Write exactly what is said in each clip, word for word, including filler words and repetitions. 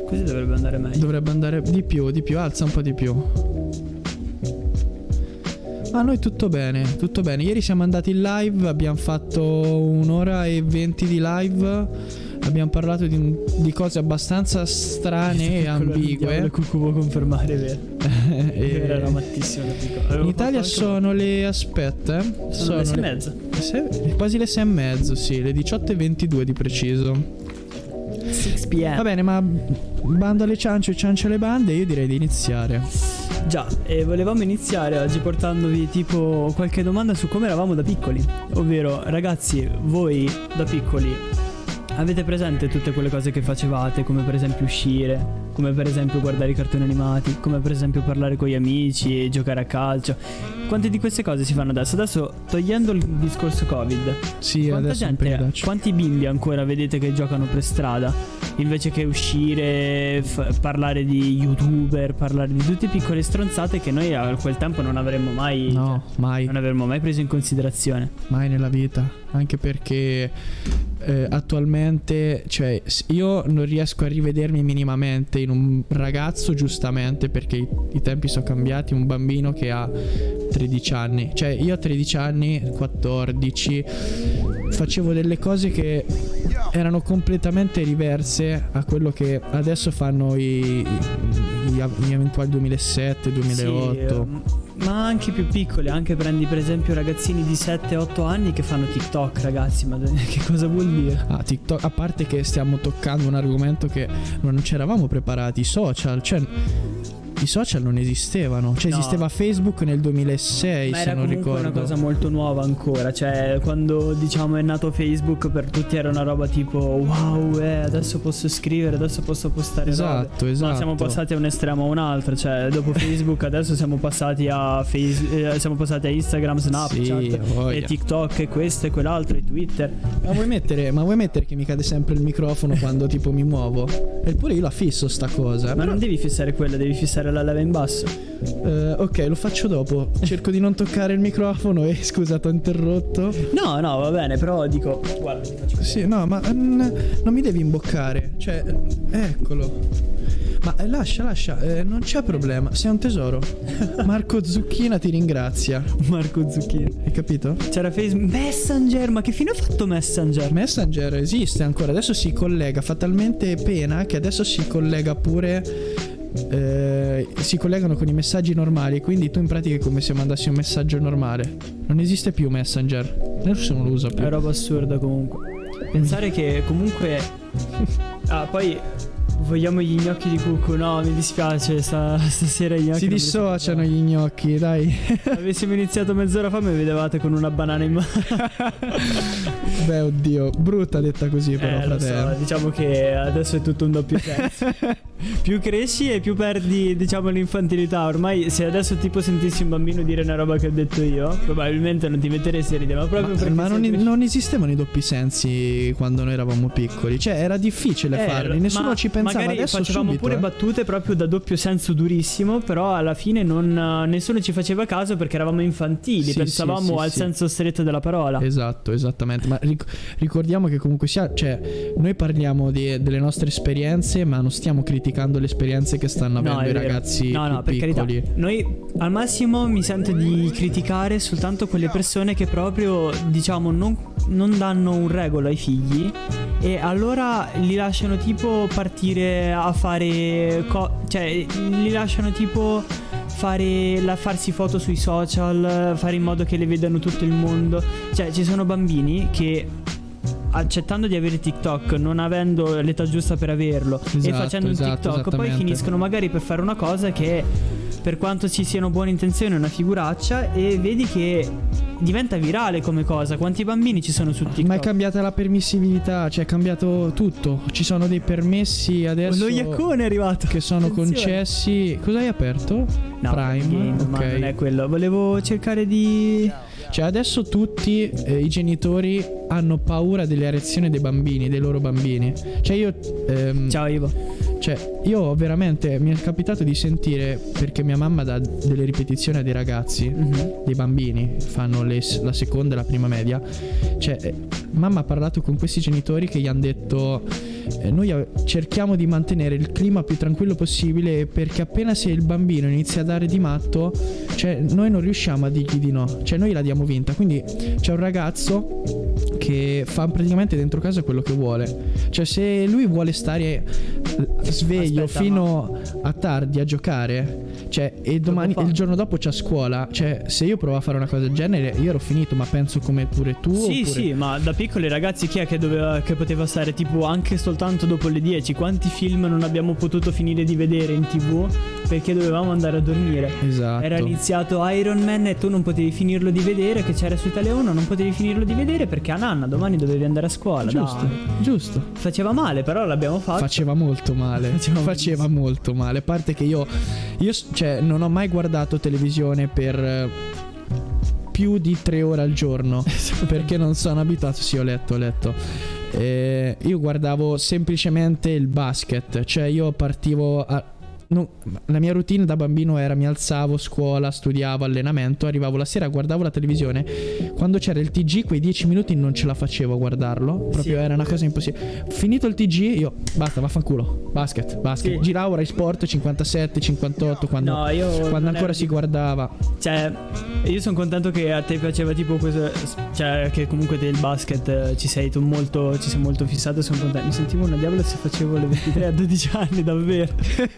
Così dovrebbe andare meglio. Dovrebbe andare di più, di più, alza un po' di più. Ma noi tutto bene, tutto bene. Ieri siamo andati in live, abbiamo fatto un'ora e venti di live. Abbiamo parlato di, di cose abbastanza strane e ambigue. Cucù può confermare, è vero. E era mattissimo da piccolo. in Italia sono le aspetta, eh? Sono, sono le sei e mezza. se, quasi le sei e mezzo, sì, le diciotto e ventidue di preciso. sei p m. Va bene, ma bando alle ciance, ciance alle bande, io direi di iniziare. Già, e volevamo iniziare oggi portandovi tipo qualche domanda su come eravamo da piccoli. Ovvero, ragazzi, voi da piccoli avete presente tutte quelle cose che facevate, come per esempio uscire, come per esempio guardare i cartoni animati, come per esempio parlare con gli amici e giocare a calcio? Quante di queste cose si fanno adesso? Adesso, togliendo il discorso Covid, Sì, quanta adesso è un gente, periodaccio. quanti bimbi ancora vedete che giocano per strada? Invece che uscire, f- parlare di youtuber, parlare di tutte piccole stronzate che noi a quel tempo non avremmo mai, No, mai, non avremmo mai preso in considerazione. mai nella vita. Anche perché eh, attualmente, cioè, s- io non riesco a rivedermi minimamente in un ragazzo, giustamente, perché i, i tempi sono cambiati. Un bambino che ha tredici anni, cioè io a tredici anni, quattordici, facevo delle cose che erano completamente diverse a quello che adesso fanno i, i, gli eventuali duemilasette, duemilaotto. Sì, ma anche più piccole, anche prendi per esempio ragazzini di sette otto anni che fanno TikTok, ragazzi, ma che cosa vuol dire? Ah, TikTok, a parte che stiamo toccando un argomento che non ci eravamo preparati, i social, cioè i social non esistevano, cioè No. esisteva Facebook nel duemilasei, Ma se era non comunque ricordo. una cosa molto nuova ancora, cioè quando diciamo è nato Facebook per tutti era una roba tipo wow, eh, adesso posso scrivere, adesso posso postare Esatto, robe. esatto. Ma siamo passati a un estremo a un altro, cioè dopo Facebook adesso siamo passati a face, eh, siamo passati a Instagram, Snapchat, Sì, voglia. e TikTok e questo e quell'altro e Twitter. Ma vuoi mettere, ma vuoi mettere che mi cade sempre il microfono quando tipo mi muovo? Eppure io la fisso sta cosa. Ma però- non devi fissare quella, devi fissare la leva in basso. Eh, ok, lo faccio dopo. Cerco di non toccare il microfono e scusa, t'ho interrotto. No, no, va bene, però dico, guarda, ti faccio così. Sì, no, ma mm, non mi devi imboccare. Cioè, eccolo. Ma eh, lascia, lascia, eh, non c'è problema. Sei un tesoro. Marco Zucchina ti ringrazia. Marco Zucchini. Hai capito? C'era Facebook Messenger, ma che fine ha fatto Messenger? Messenger esiste ancora. Adesso si collega. Fa talmente pena che adesso si collega pure. Eh, si collegano con i messaggi normali. Quindi tu in pratica è come se mandassi un messaggio normale. Non esiste più Messenger. Nessuno lo usa più. È roba assurda comunque. Pensare che comunque ah, poi vogliamo gli gnocchi di Cucù. No, mi dispiace, sta, stasera gli gnocchi Si non mi dissociano sono- gli gnocchi, dai. Avessimo iniziato mezz'ora fa mi vedevate con una banana in mano. Beh, oddio, brutta detta così però, Eh, lo so, fratello. diciamo che adesso è tutto un doppio senso. Più cresci e più perdi, diciamo, l'infantilità. Ormai se adesso tipo sentissi un bambino dire una roba che ho detto io, probabilmente non ti metteresti a ridere. Ma proprio Ma, perché ma non, sei cresciuto- non esistevano i doppi sensi quando noi eravamo piccoli. Cioè, era difficile Eh, farli. Nessuno ma ci pensava. magari Adesso facevamo subito, pure eh. battute proprio da doppio senso durissimo, però alla fine non, nessuno ci faceva caso perché eravamo infantili, Sì, pensavamo sì, sì, al sì. senso stretto della parola. Esatto, esattamente. Ma ric- ricordiamo che comunque sia, cioè, noi parliamo di- delle nostre esperienze, ma non stiamo criticando le esperienze che stanno No, avendo è i vero. ragazzi No, no, per più carità. piccoli. Noi al massimo mi sento di criticare soltanto quelle persone che proprio, diciamo, non, non danno un regolo ai figli e allora li lasciano tipo partire a fare co- cioè li lasciano tipo fare la, farsi foto sui social, fare in modo che le vedano tutto il mondo. Cioè ci sono bambini che accettando di avere TikTok, non avendo l'età giusta per averlo e Esatto, facendo un esatto, TikTok, poi esattamente. finiscono magari per fare una cosa che, per quanto ci siano buone intenzioni, è una figuraccia, e vedi che diventa virale come cosa. Quanti bambini ci sono su TikTok? Ma è cambiata la permissibilità, cioè è cambiato tutto. Ci sono dei permessi adesso Lo iaccone è arrivato che sono Attenzione. concessi. Cosa hai aperto? No, Prime, Game, ok. ma non è quello. Volevo cercare di Cioè adesso tutti eh, i genitori hanno paura delle reazioni dei bambini, dei loro bambini. Cioè io ehm, Ciao Ivo. Cioè io veramente mi è capitato di sentire, perché mia mamma dà delle ripetizioni a dei ragazzi, Mhm. dei bambini, fanno le- la seconda e la prima media. Cioè eh, mamma ha parlato con questi genitori che gli hanno detto eh, noi a- cerchiamo di mantenere il clima più tranquillo possibile, perché appena se il bambino inizia a dare di matto, cioè noi non riusciamo a dirgli di no, cioè noi la diamo vinta. Quindi c'è un ragazzo che fa praticamente dentro casa quello che vuole, cioè se lui vuole stare sveglio Aspetta, fino a tardi a giocare, cioè, e domani fa? il giorno dopo c'ha scuola, cioè se io provo a fare una cosa del genere io ero finito, ma penso come pure tu. Sì, oppure... sì, ma da piccoli ragazzi chi è che doveva che poteva stare tipo anche soltanto dopo le dieci? Quanti film non abbiamo potuto finire di vedere in TV perché dovevamo andare a dormire? Esatto. Era iniziato Iron Man e tu non potevi finirlo di vedere, che c'era su Italia uno, non potevi finirlo di vedere perché a nanna domani dovevi andare a scuola. Giusto, dai. giusto. Faceva male, però l'abbiamo fatto. Faceva molto male. Faceva Faceva molto male. A parte che io, io cioè, non ho mai guardato televisione per eh, più di tre ore al giorno. Perché non sono abituato. Sì, ho letto, ho letto. Eh, io guardavo semplicemente il basket. Cioè, io partivo a. No, la mia routine da bambino era: mi alzavo, scuola, studiavo, allenamento, arrivavo la sera, guardavo la televisione. Quando c'era il T G quei dieci minuti non ce la facevo a guardarlo, proprio Sì. era una cosa impossibile. Finito il T G io basta, vaffanculo, basket, basket. Sì. Giravo Rai Sport cinquantasette, cinquantotto quando, No, io quando non ancora ero si tipo- guardava. Cioè, io sono contento che a te piaceva tipo questo. Cioè, che comunque te il basket eh, ci sei tu molto. Ci sei molto fissato. Sono contento. Mi sentivo una diavola se facevo le ventitré a dodici anni, davvero.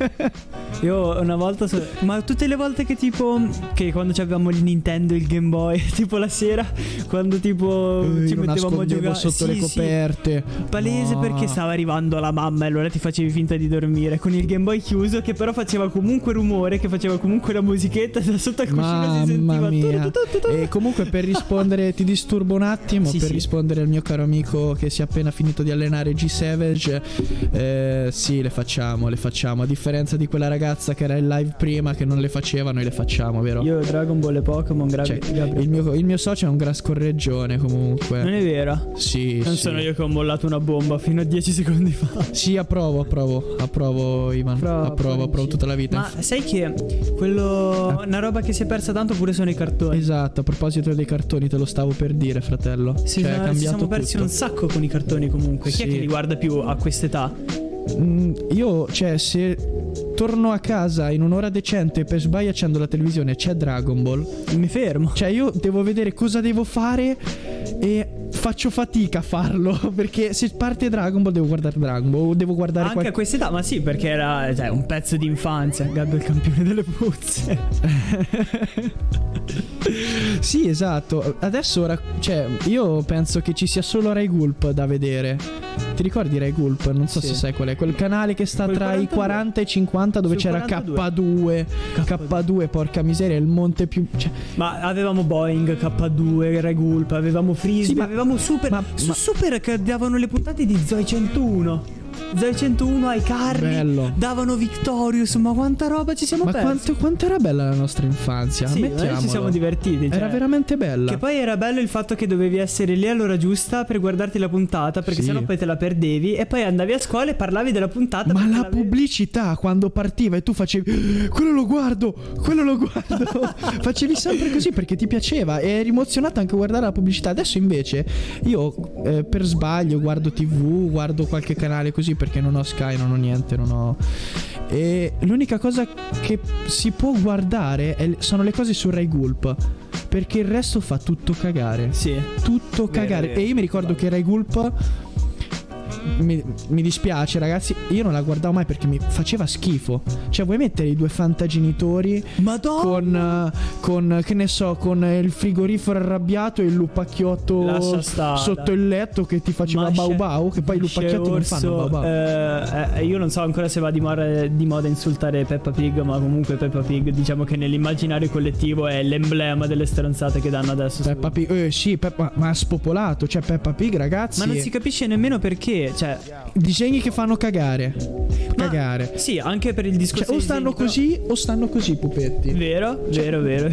Io una volta. So- ma tutte le volte che tipo. Che quando avevamo il Nintendo, il Game Boy, tipo la sera, quando tipo Eh, ci lo mettevamo a nascondevo giocare sotto sì, le sì. coperte. Palese No. perché stava arrivando la mamma e allora ti facevi finta di dormire con il Game Boy chiuso che però faceva comunque rumore, che faceva comunque la musichetta da sotto al cuscino si sentiva. Mamma mia. Tu, tu, tu, tu, tu. E comunque per rispondere, ti disturbo un attimo, Sì, per sì. rispondere al mio caro amico che si è appena finito di allenare G Savage, eh, sì, le facciamo, le facciamo. A differenza di quella ragazza che era in live prima che non le faceva, noi le facciamo, vero? Io Dragon Ball e Pokémon, gra- Cioè, Gabriele. il mio, il mio socio è un gran scorreggione comunque. Non è vero? Sì, Non sì. sono io che ho mollato una bomba fino a dieci secondi fa. Sì, approvo, approvo, approvo Ivan, Approvo, approvo, approvo tutta la vita. Ma sai che quello. Una roba che si è persa tanto pure sono i cartoni. Esatto, a proposito dei cartoni te lo stavo per dire, fratello. Si, Cioè, è sono- si cambiato siamo persi tutto. un sacco con i cartoni comunque. Chi è Sì. che li guarda più a quest'età? Mm, io, cioè, se torno a casa in un'ora decente e per sbaglio accendo la televisione e c'è Dragon Ball, Mi fermo. cioè io devo vedere cosa devo fare e faccio fatica a farlo. Perché se parte Dragon Ball devo guardare Dragon Ball, o devo guardare Anche qual- a quest'età, ma sì, perché era cioè, un pezzo di infanzia. Gabbo il campione delle puzze. Sì, esatto. Adesso ora, cioè, io penso che ci sia solo Rai Gulp da vedere. Ti ricordi Rai Gulp? Non so Sì. se sai qual è. Quel canale che sta Quel tra i quarantadue. quaranta e i cinquanta dove Sul c'era quarantadue. K due. K due, porca miseria, il monte più, cioè, Ma avevamo Boeing, K due, Ray Gulp, avevamo Frisbee, Sì, ma- avevamo Super. ma- su ma- Super che davano le puntate di Zoe centouno. Zoe centouno ai carri. Bello. Davano Victorious. Ma quanta roba ci siamo ma persi. quanto, quanto era bella la nostra infanzia. Sì, noi ammettiamolo. ci siamo divertiti. Era cioè. veramente bella. Che poi era bello il fatto che dovevi essere lì all'ora giusta per guardarti la puntata, perché Sì. sennò poi te la perdevi. E poi andavi a scuola e parlavi della puntata. Ma perché la l'avevi- pubblicità quando partiva e tu facevi quello lo guardo, quello lo guardo. Facevi sempre così perché ti piaceva e eri emozionato anche a guardare la pubblicità. Adesso invece io eh, per sbaglio guardo tivù, guardo qualche canale così perché non ho Sky, non ho niente, non ho. E l'unica cosa che si può guardare è- sono le cose su Rai Gulp. Perché il resto fa tutto cagare. Sì. Tutto Vero, cagare. vero. E io mi ricordo che Rai Gulp mi, mi dispiace ragazzi, io non la guardavo mai perché mi faceva schifo. Cioè vuoi mettere i due fantagenitori Madonna. con, eh, con che ne so, con il frigorifero arrabbiato e il lupacchiotto Lascia stare. sotto il letto che ti faceva Masce- bau bau. Che poi i Masce lupacchiotti non Orso, fanno bau bau. eh, eh, io non so ancora se va di moda, di moda insultare Peppa Pig, ma comunque Peppa Pig diciamo che nell'immaginario collettivo è l'emblema delle stronzate che danno adesso su- Peppa Pig, eh sì, Peppa, ma ha spopolato. Cioè Peppa Pig ragazzi, Ma non si capisce nemmeno perché. Cioè, disegni che fanno cagare. Ma cagare. Sì, anche per il discorso, cioè, o stanno disegni, così però... o stanno così i pupetti. Vero, cioè... vero, vero.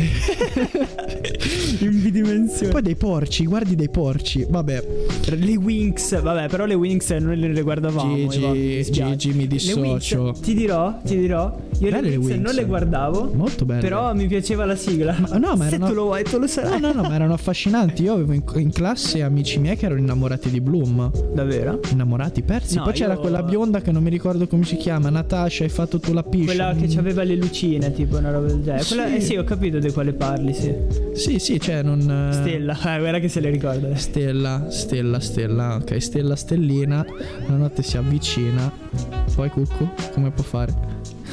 In bidimensione. Poi dei porci, guardi dei porci. Vabbè. Le Winx, vabbè, però le Winx noi le guardavamo. Gigi, Gigi, mi dissocio. Winx, ti dirò, ti dirò. Io le Winx, le Winx non le guardavo. Molto belle. Però mi piaceva la sigla. Ma, no, ma se erano... tu lo vuoi, tu lo sarai. No, no, no, ma erano affascinanti. Io avevo in, in classe amici miei che erano innamorati di Bloom. Davvero? Innamorati, persi. No, Poi c'era io... quella bionda che non mi ricordo come si chiama. Natasha, hai fatto tu la piscia. Quella che aveva le lucine, tipo una roba del genere. Sì. Quella, eh sì, ho capito di quale parli, sì. Sì, sì, cioè non... Stella, eh, guarda che se le ricorda. Stella, Stella, Stella. Ok, Stella, Stellina. La notte si avvicina. Poi Cucco, come può fare?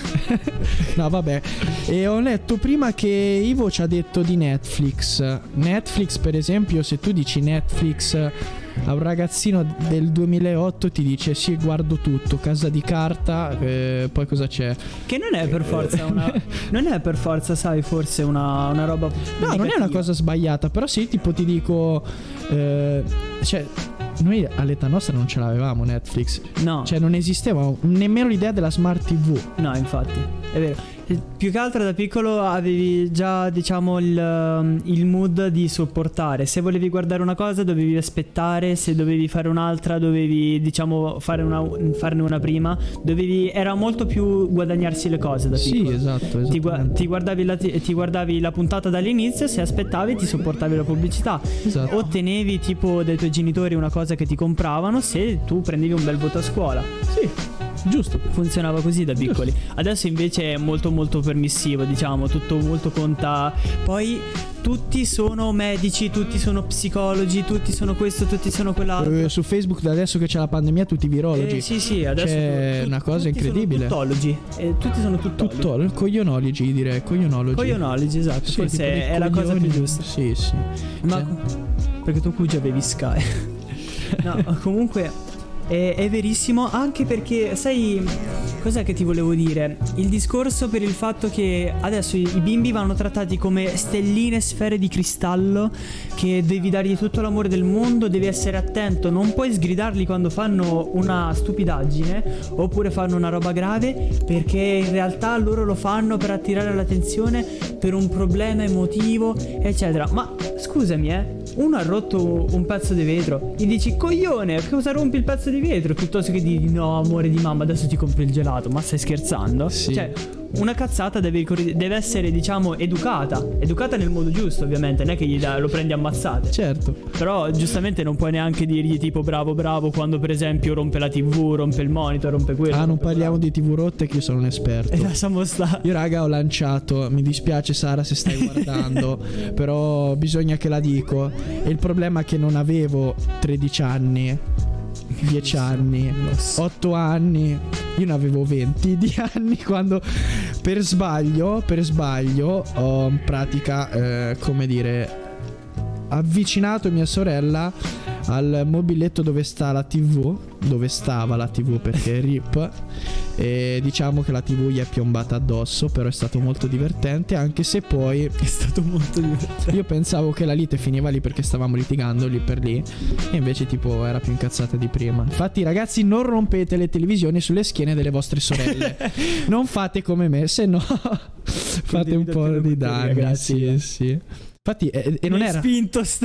No, vabbè. E ho letto prima che Ivo ci ha detto di Netflix. Netflix, per esempio, se tu dici Netflix a un ragazzino del duemilaotto ti dice sì, guardo tutto, Casa di Carta, eh, poi cosa c'è? Che non è per forza una non è per forza, sai, forse una, una roba no, non è una cosa sbagliata, però sì, tipo ti dico eh, cioè noi all'età nostra non ce l'avevamo Netflix. No. Cioè non esisteva nemmeno l'idea della smart tivù. No, infatti, è vero. Più che altro da piccolo avevi già, diciamo, il, il mood di sopportare. Se volevi guardare una cosa dovevi aspettare, se dovevi fare un'altra dovevi, diciamo, fare una, farne una prima. Dovevi, era molto più guadagnarsi le cose da piccolo. Sì, esatto, ti, ti, guardavi la, ti guardavi la puntata dall'inizio, se aspettavi ti sopportavi la pubblicità. Esatto. Ottenevi tipo dai tuoi genitori una cosa che ti compravano se tu prendevi un bel voto a scuola. Sì, giusto. Funzionava così da piccoli. Giusto. Adesso invece è molto molto permissivo, diciamo, tutto molto conta. Poi tutti sono medici, tutti sono psicologi, tutti sono questo, tutti sono quell'altro. eh, Su Facebook da adesso che c'è la pandemia tutti virologi. Eh, sì sì, adesso c'è tu, tu, una cosa tutti incredibile. Sono tuttologi. Eh, tutti sono tuttologi. Tutto, coglionologi direi, coglionologi. Coglionologi, esatto, sì, forse è la cosa più giusta. Sì, sì. Ma cioè... perché tu qui avevi Sky. No, comunque È, è verissimo, anche perché sai cos'è che ti volevo dire? Il discorso per il fatto che adesso i, i bimbi vanno trattati come stelline, sfere di cristallo, che devi dargli tutto l'amore del mondo, devi essere attento, non puoi sgridarli quando fanno una stupidaggine oppure fanno una roba grave, perché in realtà loro lo fanno per attirare l'attenzione, per un problema emotivo, eccetera. Ma scusami, eh, uno ha rotto un pezzo di vetro, gli dici coglione, cosa rompi il pezzo di vetro, piuttosto che di no amore di mamma adesso ti compri il gelato. Ma stai scherzando? Sì. Cioè una cazzata deve, deve essere, diciamo, educata educata nel modo giusto, ovviamente, non è che gli da, lo prendi ammazzate. Certo. Però giustamente non puoi neanche dirgli tipo bravo bravo quando per esempio rompe la tivù, rompe il monitor, rompe quello. Ah, non parliamo quello. Di tivù rotte, che io sono un esperto. E lasciamo stare. Io raga ho lanciato, mi dispiace Sara se stai guardando, però bisogna che la dico. E il problema è che non avevo tredici anni, dieci anni, otto anni, io ne avevo venti di anni quando per sbaglio, per sbaglio ho in pratica, eh, come dire, avvicinato mia sorella al mobiletto dove sta la tivù, dove stava la tivù perché rip, e diciamo che la tivù gli è piombata addosso, però è stato molto divertente, anche se poi è stato molto divertente. Io pensavo che la lite finiva lì perché stavamo litigando lì per lì, e invece tipo era più incazzata di prima. Infatti ragazzi, non rompete le televisioni sulle schiene delle vostre sorelle. Non fate come me, se no fate un po' di danni. Grazie. Sì, sì. Infatti e, e non Mi era spinto st-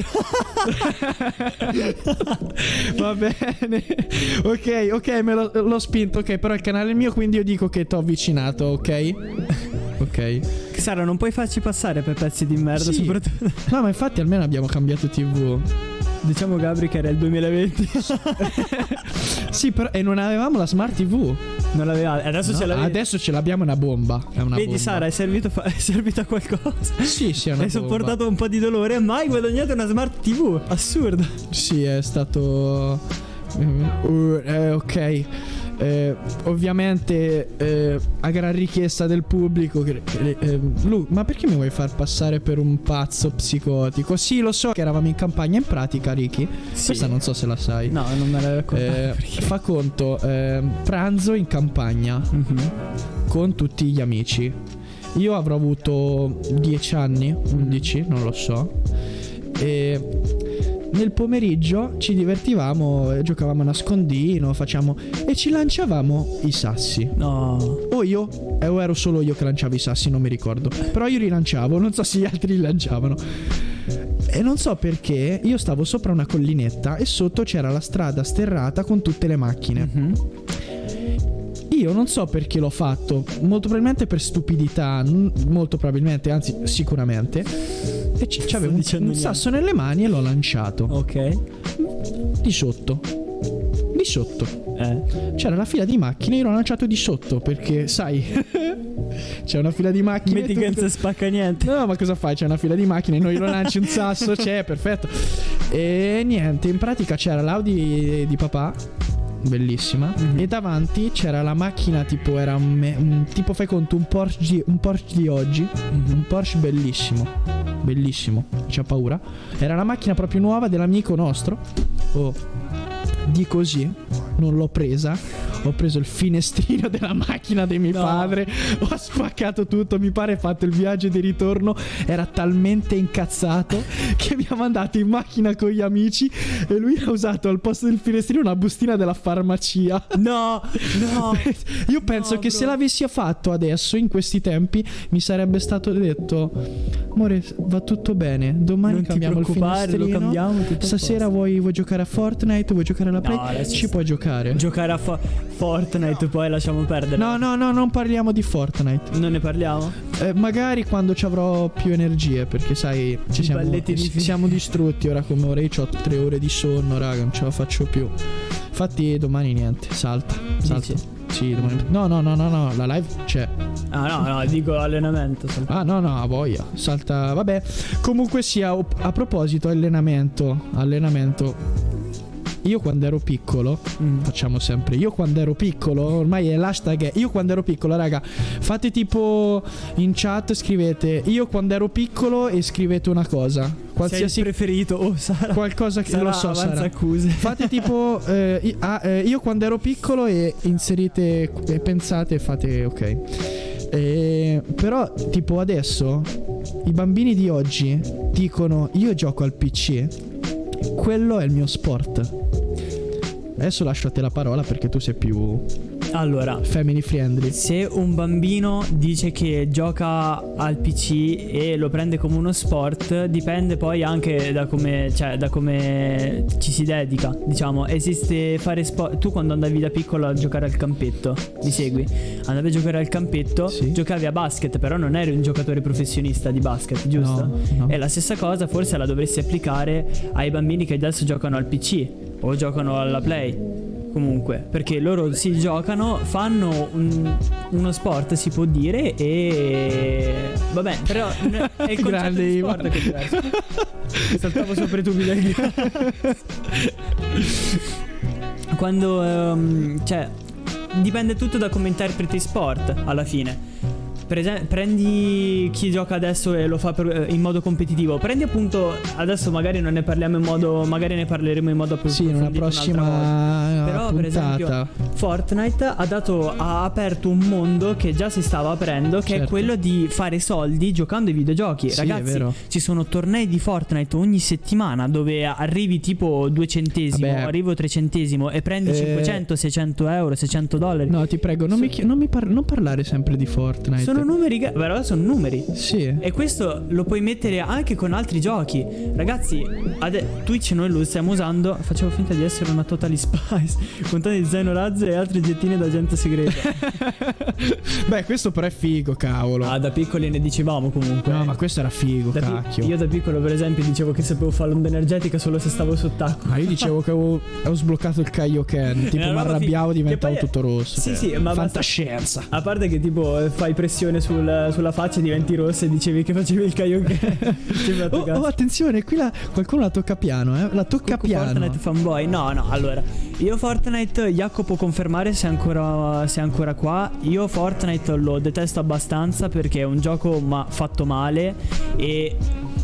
Va bene. Ok, ok, me lo, l'ho spinto. Ok, però il canale è mio, quindi io dico che t'ho avvicinato, ok? Ok. Sara, non puoi farci passare per pezzi di merda, sì. Soprattutto. No, ma infatti almeno abbiamo cambiato tivù. Diciamo Gabri che era il duemilaventi. Sì, però e non avevamo la smart tivù. Non l'aveva. Adesso no, ce l'abbiamo. Adesso ce l'abbiamo, una bomba. È una Vedi bomba. Sara, è servito, fa- è servito a qualcosa. Sì, sì, è una Hai bomba. sopportato un po' di dolore, ma hai guadagnato una smart tivù. Assurdo. Sì, è stato uh, eh, ok. Eh, ovviamente eh, a gran richiesta del pubblico eh, eh, Lu, ma perché mi vuoi far passare per un pazzo psicotico? Sì, lo so che eravamo in campagna, in pratica, Ricky. Sì. Questa non so se la sai. No, non me la raccontare. eh, Fa conto, eh, pranzo in campagna, mm-hmm, con tutti gli amici. Io avrò avuto dieci anni, undici, non lo so. E nel pomeriggio ci divertivamo, eh, giocavamo a nascondino, facciamo e ci lanciavamo i sassi. No. O io, eh, o ero solo io che lanciavo i sassi, non mi ricordo. Però io li lanciavo, non so se gli altri li lanciavano. E non so perché io stavo sopra una collinetta e sotto c'era la strada sterrata con tutte le macchine. Mm-hmm. Io non so perché l'ho fatto, molto probabilmente per stupidità, n- molto probabilmente, anzi sicuramente. E c- c'avevo un, un sasso nelle mani e l'ho lanciato. Ok. Di sotto. Di sotto. Eh. C'era la fila di macchine e io l'ho lanciato di sotto perché, sai, c'è una fila di macchine. Metti che non si spacca niente. No, ma cosa fai? C'è una fila di macchine, noi lo lanci un sasso, c'è, perfetto. E niente, in pratica c'era l'Audi di papà, bellissima, mm-hmm. e davanti c'era la macchina tipo era un, me- un tipo fai conto un Porsche di, un Porsche di oggi, mm-hmm. un Porsche bellissimo, bellissimo, c'ha paura. Era la macchina proprio nuova dell'amico nostro. Oh, di così non l'ho presa, ho preso il finestrino della macchina di mio no. padre, ho spaccato tutto, mi pare fatto il viaggio di ritorno, era talmente incazzato che mi ha mandato in macchina con gli amici e lui ha usato al posto del finestrino una bustina della farmacia. No, no. Io penso no, che bro. se l'avessi fatto adesso, in questi tempi, mi sarebbe stato detto: amore, va tutto bene, domani non cambiamo il finestrino, lo cambiamo, stasera vuoi, vuoi giocare a Fortnite, vuoi giocare alla Play? No, ci puoi giocare. Giocare a fo- Fortnite no. Poi lasciamo perdere. No, no, no, non parliamo di Fortnite. Non ne parliamo? Eh, magari quando ci avrò più energie, perché sai, ci siamo, di ci siamo distrutti ora come ora. Io ho tre ore di sonno, raga, non ce la faccio più. Infatti domani niente, salta, salta. Dici? Sì, domani. No, no, no, no, no, la live c'è. Ah, no, no, dico allenamento. Salta. Ah, no, no, a voglia. Salta, vabbè. Comunque sia, a proposito, allenamento, allenamento. Io quando ero piccolo, mm. facciamo sempre io quando ero piccolo, ormai è l'hashtag è io quando ero piccolo, raga. Fate tipo in chat, scrivete io quando ero piccolo e scrivete una cosa, qualsiasi preferito o oh, sarà qualcosa che sarà lo so, sarà. Accuse. Fate tipo eh, ah, eh, io quando ero piccolo e inserite e pensate e fate ok. Eh, però tipo adesso i bambini di oggi dicono io gioco al P C, quello è il mio sport. Adesso lascio a te la parola perché tu sei più allora family friendly. Se un bambino dice che gioca al P C e lo prende come uno sport, dipende poi anche da come, cioè da come ci si dedica. Diciamo, esiste fare sport. Tu quando andavi da piccolo a giocare al campetto, mi segui? Andavi a giocare al campetto, sì. Giocavi a basket, però non eri un giocatore professionista di basket, giusto? No, no. E la stessa cosa forse la dovresti applicare ai bambini che adesso giocano al P C o giocano alla Play. Comunque, perché loro si giocano, fanno un, uno sport, si può dire, e vabbè, però è il concetto di sport che è diverso. Saltavo sopra i tubi del gas. Quando um, cioè dipende tutto da come interpreti sport alla fine. Per esempio, prendi chi gioca adesso e lo fa per, in modo competitivo. Prendi appunto, adesso magari non ne parliamo in modo, magari ne parleremo in modo più sì, in una prossima però puntata. Per esempio Fortnite ha dato ha aperto un mondo che già si stava aprendo, che certo. è quello di fare soldi giocando ai videogiochi. Sì, ragazzi, è vero. Ci sono tornei di Fortnite ogni settimana dove arrivi tipo due centesimo, Vabbè. arrivo tre centesimo e prendi eh... cinquecento seicento euro, seicento dollari. No, ti prego, non, so... mi, chi- non, mi par- non parlare sempre di Fortnite. Sono numeri, però sono numeri. Sì. E questo lo puoi mettere anche con altri giochi. Ragazzi, ade- Twitch noi lo stiamo usando. Facevo finta di essere una Totally Spice con tanti zaino razzo e altri gettini d'agente segreto. Beh, questo però è figo, cavolo. Ah, da piccoli ne dicevamo comunque. No, ma questo era figo, da cacchio. Pi- io da piccolo per esempio dicevo che sapevo fare l'onda energetica solo se stavo sott'acqua. Ma io dicevo che avevo, avevo sbloccato il Kaioken. Tipo mi arrabbiavo, fi- diventavo poi, tutto rosso. Sì, cioè, sì, ma fantascienza. Basta, a parte che tipo fai pressione sul, sulla faccia, diventi rossa e dicevi che facevi il Kaioken. oh, oh, attenzione, qui la, qualcuno la tocca piano, eh. La tocca Cucù piano. Fortnite fanboy. No, no, allora io Fortnite, Jacopo può confermare se è ancora, se è ancora qua. Io Fortnite lo detesto abbastanza perché è un gioco ma fatto male e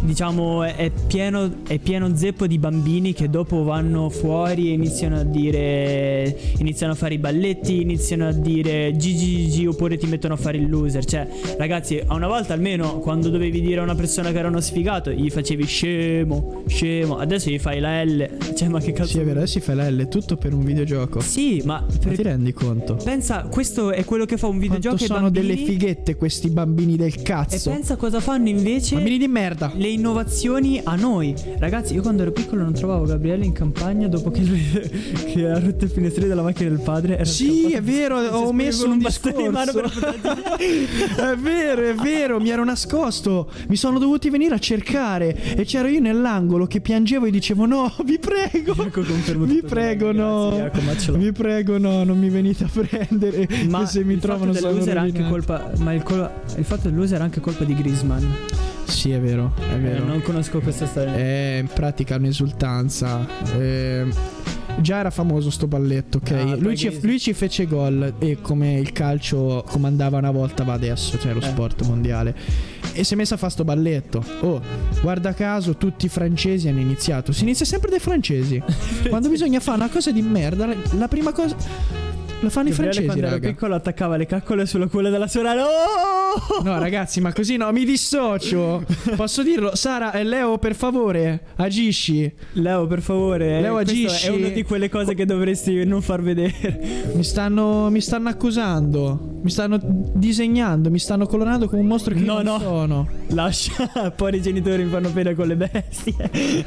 diciamo è pieno, è pieno zeppo di bambini che dopo vanno fuori e iniziano a dire, iniziano a fare i balletti, iniziano a dire Gigi Gigi, oppure ti mettono a fare il loser. Cioè ragazzi, a una volta almeno quando dovevi dire a una persona che era uno sfigato gli facevi scemo, scemo, adesso gli fai la L. Cioè ma che cazzo. Sì, è vero, adesso si fa la L, tutto per un videogioco. Sì, ma, per... ma ti rendi conto? Pensa, questo è quello che fa un videogioco. Quanto sono bambini... delle fighette questi bambini del cazzo. E pensa cosa fanno invece bambini di merda. le innovazioni a noi. Ragazzi, io quando ero piccolo non trovavo Gabriele in campagna dopo che lui che ha rotto il finestrino della macchina del padre. Era sì, è vero, ho messo un, un discorso. Di mano per è vero, è vero, mi ero nascosto. Mi sono dovuti venire a cercare e c'ero io nell'angolo che piangevo e dicevo no, vi prego. Ecco, vi prego no. Ecco, vi prego no, non mi venite a prendere. Ma se mi il trovano fatto dell'user anche colpa, ma il, col- il fatto dell'user è anche colpa di Griezmann. Sì, è vero, è vero. Eh, non conosco questa storia. È in pratica un'esultanza. Eh, già era famoso sto balletto, ok? Ah, lui, ci, lui ci fece gol e come il calcio comandava una volta va adesso, cioè lo eh. sport mondiale. E si è messo a fare sto balletto. Oh, guarda caso tutti i francesi hanno iniziato. Si inizia sempre dai francesi. Quando bisogna fare una cosa di merda, la prima cosa lo fanno i francesi, quando raga. ero piccolo attaccava le caccole sulla culla della sorella. Oh! No ragazzi, ma così no, mi dissocio. Posso dirlo? Sara e Leo, per favore, agisci. Leo, per favore. Leo, agisci. È una di quelle cose che dovresti non far vedere. Mi stanno Mi stanno accusando. Mi stanno disegnando. Mi stanno colorando come un mostro che no, io non no. sono. Lascia. Poi i genitori mi fanno pena con le bestie.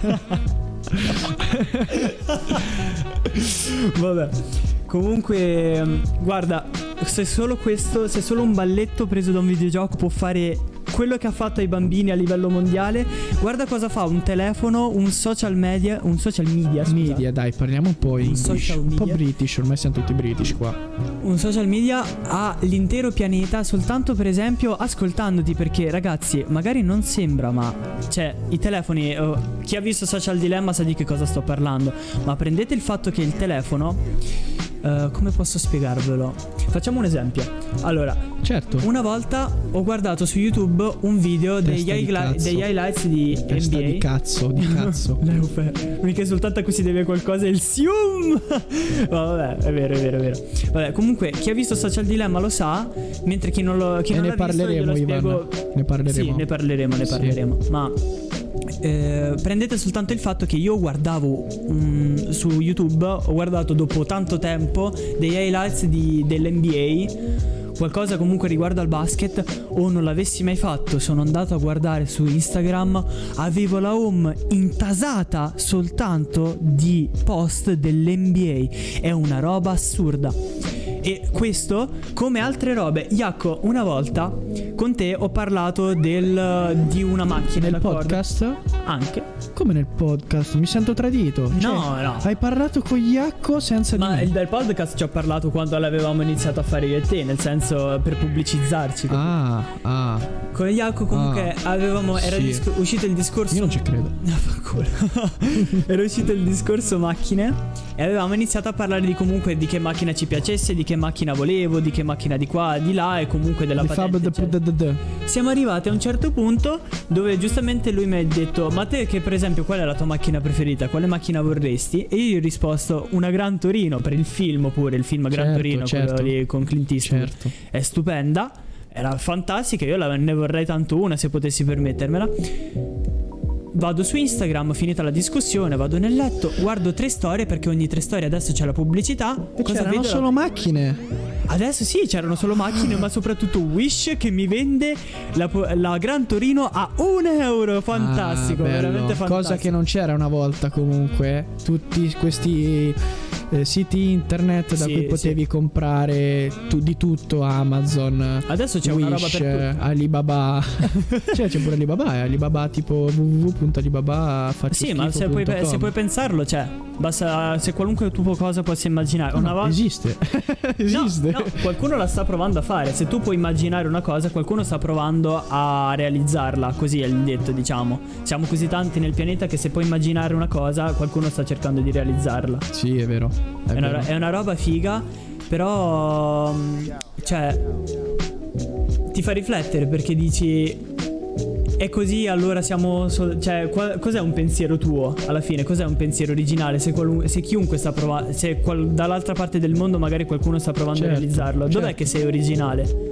Vabbè. Comunque, guarda, se solo questo, se solo un balletto preso da un videogioco può fare quello che ha fatto ai bambini a livello mondiale, guarda cosa fa un telefono, un social media, un social media, scusa. Media, dai, parliamo un po' in social un media. po' British, ormai siamo tutti British qua. Un social media ha l'intero pianeta soltanto per esempio ascoltandoti, perché ragazzi, magari non sembra, ma cioè i telefoni, uh, chi ha visto Social Dilemma sa di che cosa sto parlando, ma prendete il fatto che il telefono Uh, come posso spiegarvelo? Facciamo un esempio. Allora, certo. Una volta ho guardato su YouTube un video degli, highli- degli highlights di Testa N B A. di cazzo, di cazzo. L'unica esultante a cui si deve qualcosa è il Sium. Oh, vabbè, è vero, è vero, è vero. Vabbè, comunque chi ha visto Social Dilemma lo sa, mentre chi non lo chi e non ne l'ha visto io lo spiego. Ne parleremo. Sì, ne parleremo, ne sì. parleremo. Ma Eh, prendete soltanto il fatto che io guardavo um, su YouTube, ho guardato dopo tanto tempo degli highlights di, dell'N B A, qualcosa comunque riguardo al basket, o non l'avessi mai fatto, sono andato a guardare su Instagram, avevo la home intasata soltanto di post dell'N B A, è una roba assurda. E questo, come altre robe, Iacco, una volta con te ho parlato del, di una macchina. Nel podcast? Anche. Come nel podcast? Mi sento tradito. No, cioè, no. Hai parlato con Iacco senza Ma di me. il del podcast ci ho parlato quando l'avevamo iniziato a fare io e te, nel senso per pubblicizzarci. Ah, ah. Con Iacco comunque ah, avevamo, era sì. disco- uscito il discorso. Io non ci credo. Era uscito il discorso macchine e avevamo iniziato a parlare di comunque di che macchina ci piacesse, di che macchina volevo, di che macchina di qua, di là e comunque della The patente, fab eccetera. d- d- d- Siamo arrivati a un certo punto dove giustamente lui mi ha detto: ma te che per esempio qual è la tua macchina preferita? Quale macchina vorresti? E io gli ho risposto una Gran Torino, per il film pure, il film Gran certo, Torino, certo. quello lì con Clint Eastwood. Certo. È stupenda, era fantastica, io la, ne vorrei tanto una se potessi permettermela. Vado su Instagram, finita la discussione, vado nel letto, guardo tre storie, perché ogni tre storie adesso c'è la pubblicità. E Cosa c'erano vedo? solo macchine. Adesso sì, c'erano solo macchine, ma soprattutto Wish che mi vende la, la Gran Torino a un euro. Fantastico, ah, veramente fantastico. Cosa che non c'era una volta comunque. Tutti questi eh, siti internet da sì, cui potevi sì. comprare tu, di tutto, Amazon. Adesso c'è Wish, una roba per tutto. Alibaba. Cioè c'è pure Alibaba, è Alibaba tipo w w w punto alibaba Sì, ma se puoi, se puoi pensarlo, cioè basta, se qualunque tua cosa possa immaginare. No, una no, volta... esiste. esiste. No, no, qualcuno la sta provando a fare. Se tu puoi immaginare una cosa, qualcuno sta provando a realizzarla. Così è il detto, diciamo. Siamo così tanti nel pianeta che se puoi immaginare una cosa, qualcuno sta cercando di realizzarla. Sì, è vero. È, È, vero. una, è una roba figa. Però cioè ti fa riflettere, perché dici E così allora siamo so- cioè qual- cos'è un pensiero tuo alla fine? Cos'è un pensiero originale? Se, qualun- se chiunque sta provando, se qual- dall'altra parte del mondo magari qualcuno sta provando Certo, a realizzarlo, dov'è certo. che sei originale?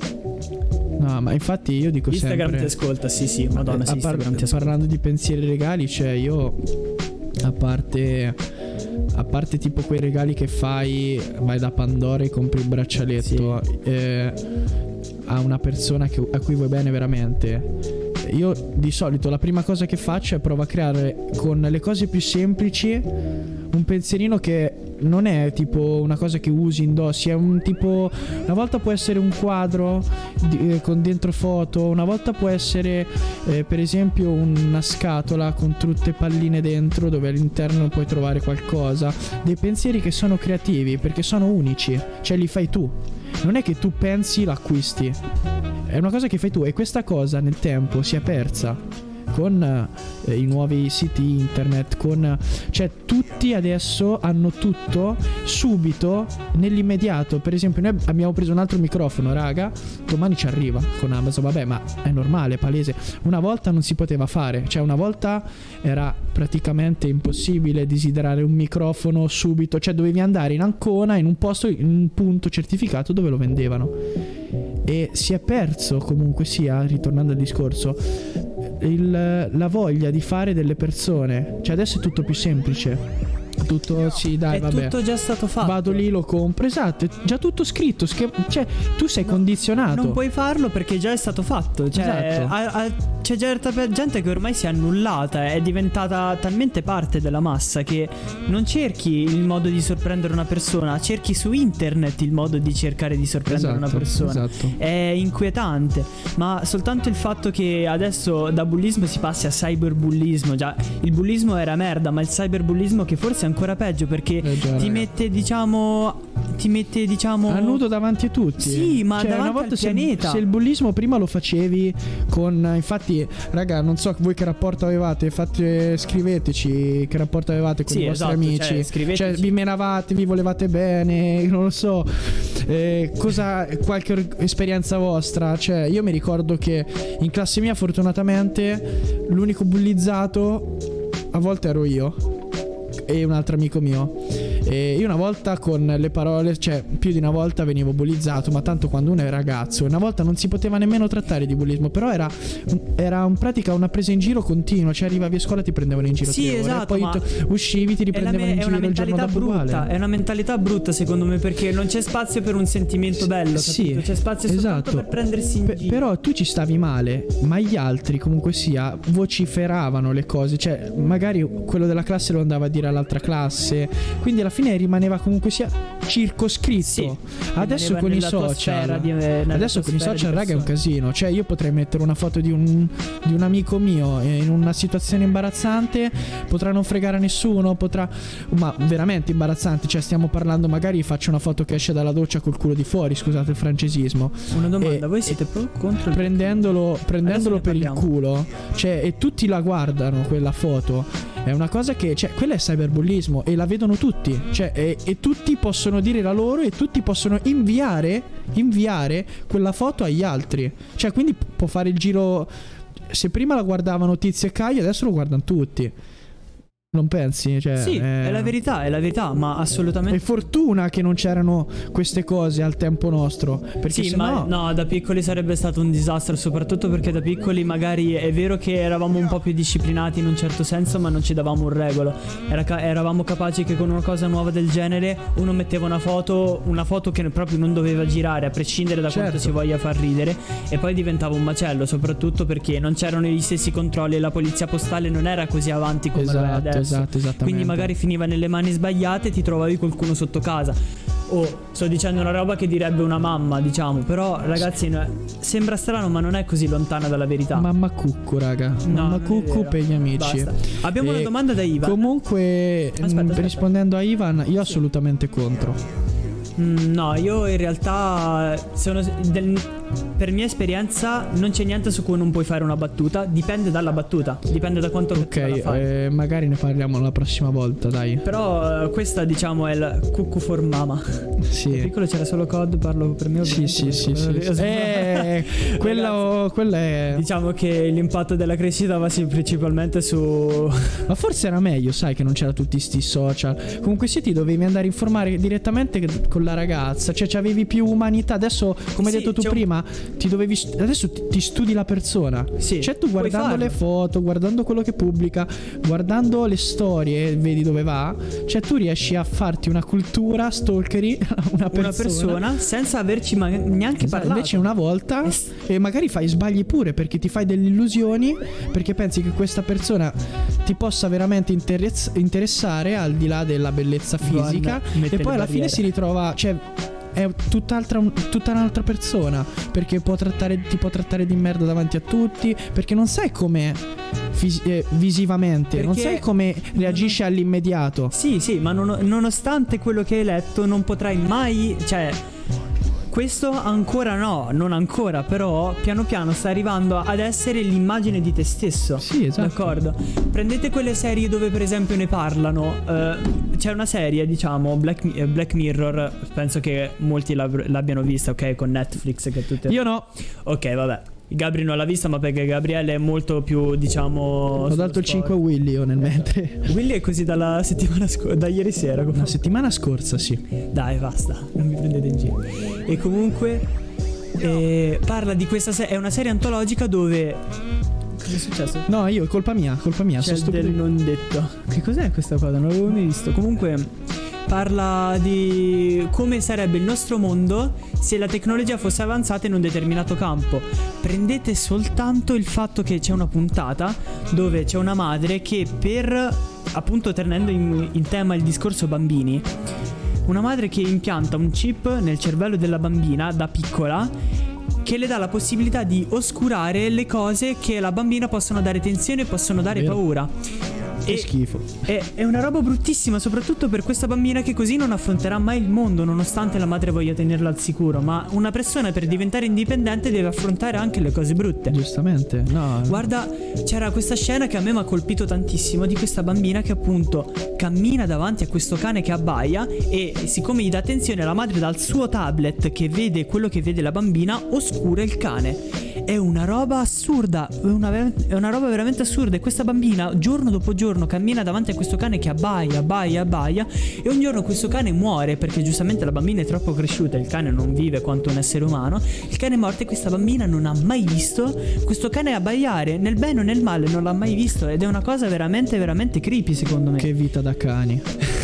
No, ma infatti io dico Instagram sempre, ti ascolta, sì sì, madonna, eh, sì, a par- Instagram ti ascolta. parlando di pensieri regali, cioè io a parte a parte tipo quei regali che fai, vai da Pandora e compri il braccialetto, Sì. eh, a una persona che- a cui vuoi bene veramente. Io di solito la prima cosa che faccio è provo a creare con le cose più semplici un pensierino che non è tipo una cosa che usi, indossi, è un tipo, una volta può essere un quadro di- eh, con dentro foto, una volta può essere eh, per esempio una scatola con tutte palline dentro dove all'interno puoi trovare qualcosa, dei pensieri che sono creativi perché sono unici, cioè li fai tu, non è che tu pensi, l'acquisti, è una cosa che fai tu, e questa cosa nel tempo si è persa con eh, i nuovi siti internet, con cioè tutti adesso hanno tutto subito nell'immediato. Per esempio noi abbiamo preso un altro microfono, raga, domani ci arriva con Amazon, vabbè, ma è normale, è palese. Una volta non si poteva fare, cioè una volta era praticamente impossibile desiderare un microfono subito, cioè dovevi andare in Ancona, in un posto, in un punto certificato dove lo vendevano. E si è perso comunque sia, ritornando al discorso, il, la voglia di fare delle persone. Cioè adesso è tutto più semplice. Tutto sì, dai, È vabbè. tutto già stato fatto. Vado lì, lo compro. Esatto, è già tutto scritto. Sch- cioè, tu sei condizionato. Non puoi farlo perché già è stato fatto. Cioè, Esatto. a- a- c'è certa pe- gente che ormai si è annullata, è diventata talmente parte della massa che non cerchi il modo di sorprendere una persona, cerchi su internet il modo di cercare di sorprendere Esatto, una persona. esatto. È inquietante, ma soltanto il fatto che adesso da bullismo si passi a cyberbullismo. Già, il bullismo era merda, ma il cyberbullismo che forse è ancora peggio perché Eh già, ti raga. mette, diciamo, ti mette, diciamo, a nudo davanti a tutti. Sì, ma cioè, davanti una volta al se, pianeta. se il bullismo prima lo facevi con, infatti, raga, non so voi che rapporto avevate, fate, scriveteci che rapporto avevate con Sì, i vostri esatto, amici. cioè, scriveteci. Cioè, vi menavate, vi volevate bene, non lo so. Eh, cosa, qualche or- esperienza vostra? Cioè, io mi ricordo che in classe mia, fortunatamente, l'unico bullizzato a volte ero io e un altro amico mio. E io una volta con le parole, cioè più di una volta venivo bullizzato, ma tanto quando uno è ragazzo, una volta non si poteva nemmeno trattare di bullismo, però era, era in pratica una presa in giro continua, cioè arrivavi a scuola e ti prendevano in giro, Sì, tre ore, esatto, poi ma t- uscivi, ti è, la riprendevano me- in è giro una il giorno mentalità dopo brutta. uguale. È una mentalità brutta secondo me perché non c'è spazio per un sentimento bello. Sì, capito? C'è spazio soltanto esatto. per prendersi in Pe- giro. Però tu ci stavi male, ma gli altri comunque sia vociferavano le cose, cioè magari quello della classe lo andava a dire all'altra classe, quindi alla fine rimaneva comunque sia circoscritto. Sì, Adesso rimaneva con i nella tua social, sfera di- nella adesso tua con i sfera di social, raga, è un persone. casino. Cioè io potrei mettere una foto di un, di un amico mio in una situazione imbarazzante, potrà non fregare a nessuno, potrà, ma veramente imbarazzante. Cioè stiamo parlando, magari faccio una foto che esce dalla doccia col culo di fuori, scusate il francesismo, Una domanda, E- voi siete pro o contro il- prendendolo, prendendolo ne per il parliamo. culo, cioè, e tutti la guardano quella foto. È una cosa che, cioè, quella è cyberbullismo e la vedono tutti, cioè, e, e tutti possono dire la loro e tutti possono inviare, inviare quella foto agli altri. Cioè, quindi può fare il giro. Se prima la guardavano Tizio e Caio, adesso lo guardano tutti. Non pensi? Cioè, Sì, eh, è la verità, è la verità, ma È assolutamente. fortuna che non c'erano queste cose al tempo nostro. Perché Sì, se ma no. no, da piccoli sarebbe stato un disastro, soprattutto perché da piccoli magari è vero che eravamo un po' più disciplinati in un certo senso, ma non ci davamo un regolo. Era ca- eravamo capaci che con una cosa nuova del genere uno metteva una foto, una foto che proprio non doveva girare, a prescindere da quanto Certo. si voglia far ridere, e poi diventava un macello, soprattutto perché non c'erano gli stessi controlli e la polizia postale non era così avanti come lo è Esatto, adesso. esatto, esattamente. Quindi magari finiva nelle mani sbagliate e ti trovavi qualcuno sotto casa. Oh, sto dicendo una roba che direbbe una mamma, diciamo. Però ragazzi, no, sembra strano ma non è così lontana dalla verità. Mamma cucco, raga. No, Mamma non è cucco vero. per gli amici. Basta. Abbiamo E una domanda da Ivan. Comunque, Aspetta, mh, aspetta. rispondendo a Ivan, io assolutamente contro. Mm, no, io in realtà sono del, per mia esperienza non c'è niente su cui non puoi fare una battuta. Dipende dalla battuta, dipende da quanto Ok, la fai. eh, magari ne parliamo la prossima volta, dai. Però eh, questa diciamo è il cucù for mama. Sì. Da piccolo c'era solo C O D, parlo per me Sì, sì, sì, sì. Eh, quello, quello è... Diciamo che l'impatto della crescita va sì, principalmente su... Ma forse era meglio, sai, che non c'era tutti sti social. Comunque sì, ti dovevi andare a informare direttamente con la ragazza. Cioè, avevi più umanità. Adesso, come sì, hai detto tu un... prima, ti dovevi st- adesso ti, ti studi la persona. Sì, cioè, tu guardando le foto, guardando quello che pubblica, guardando le storie, vedi dove va. Cioè, tu riesci a farti una cultura stalkeri una persona, una persona senza averci ma- neanche esatto, parlato. Invece una volta Es- e magari fai sbagli pure, perché ti fai delle illusioni, perché pensi che questa persona ti possa veramente interess- interessare al di là della bellezza fisica. Donna, e poi alla fine si ritrova, cioè è tutt'altra, tutta un'altra persona, perché può trattare, ti può trattare di merda davanti a tutti, perché non sai come fis- eh, visivamente, Perché non sai come reagisce all'immediato. Sì, sì, ma non- nonostante quello che hai letto non potrai mai, cioè questo ancora no, non ancora, però piano piano sta arrivando ad essere l'immagine di te stesso. Sì, esatto. D'accordo. Prendete quelle serie dove per esempio ne parlano. eh, C'è una serie, diciamo, Black, Mi- eh, Black Mirror. Penso che molti l'ab- l'abbiano vista, ok? Con Netflix che tutte... Io no. Ok, vabbè. Gabri non l'ha vista, ma perché Gabriele è molto più, diciamo... Ho dato il cinque a Willy io nel mentre. Willy è così dalla settimana scorsa, da ieri sera. La settimana scorsa, sì. Dai, basta, non mi prendete in giro. E comunque eh, parla di questa serie, è una serie antologica dove... Cosa è successo? No, io, colpa mia, colpa mia. C'è sono del stupido. non detto. Che cos'è questa cosa? Non l'avevo mai visto. Comunque parla di come sarebbe il nostro mondo se la tecnologia fosse avanzata in un determinato campo. Prendete soltanto il fatto che c'è una puntata dove c'è una madre che, per appunto tenendo in, in tema il discorso bambini, una madre che impianta un chip nel cervello della bambina da piccola, che le dà la possibilità di oscurare le cose che alla bambina possono dare tensione e possono dare Vero. paura. Che E- schifo. È, è una roba bruttissima, soprattutto per questa bambina che così non affronterà mai il mondo, nonostante la madre voglia tenerla al sicuro. Ma una persona, per diventare indipendente, deve affrontare anche le cose brutte. Giustamente. No. Guarda, c'era questa scena che a me mi ha colpito tantissimo, di questa bambina che appunto cammina davanti a questo cane che abbaia, e siccome gli dà attenzione, la madre dal suo tablet, che vede quello che vede la bambina, oscura il cane. È una roba assurda, è una, ver- è una roba veramente assurda. E questa bambina giorno dopo giorno cammina davanti a questo cane che abbaia, abbaia, abbaia, e un giorno questo cane muore perché giustamente la bambina è troppo cresciuta, il cane non vive quanto un essere umano. Il cane è morto e questa bambina non ha mai visto questo cane abbaiare, nel bene o nel male non l'ha mai visto, ed è una cosa veramente veramente creepy, secondo me. Che vita da cani.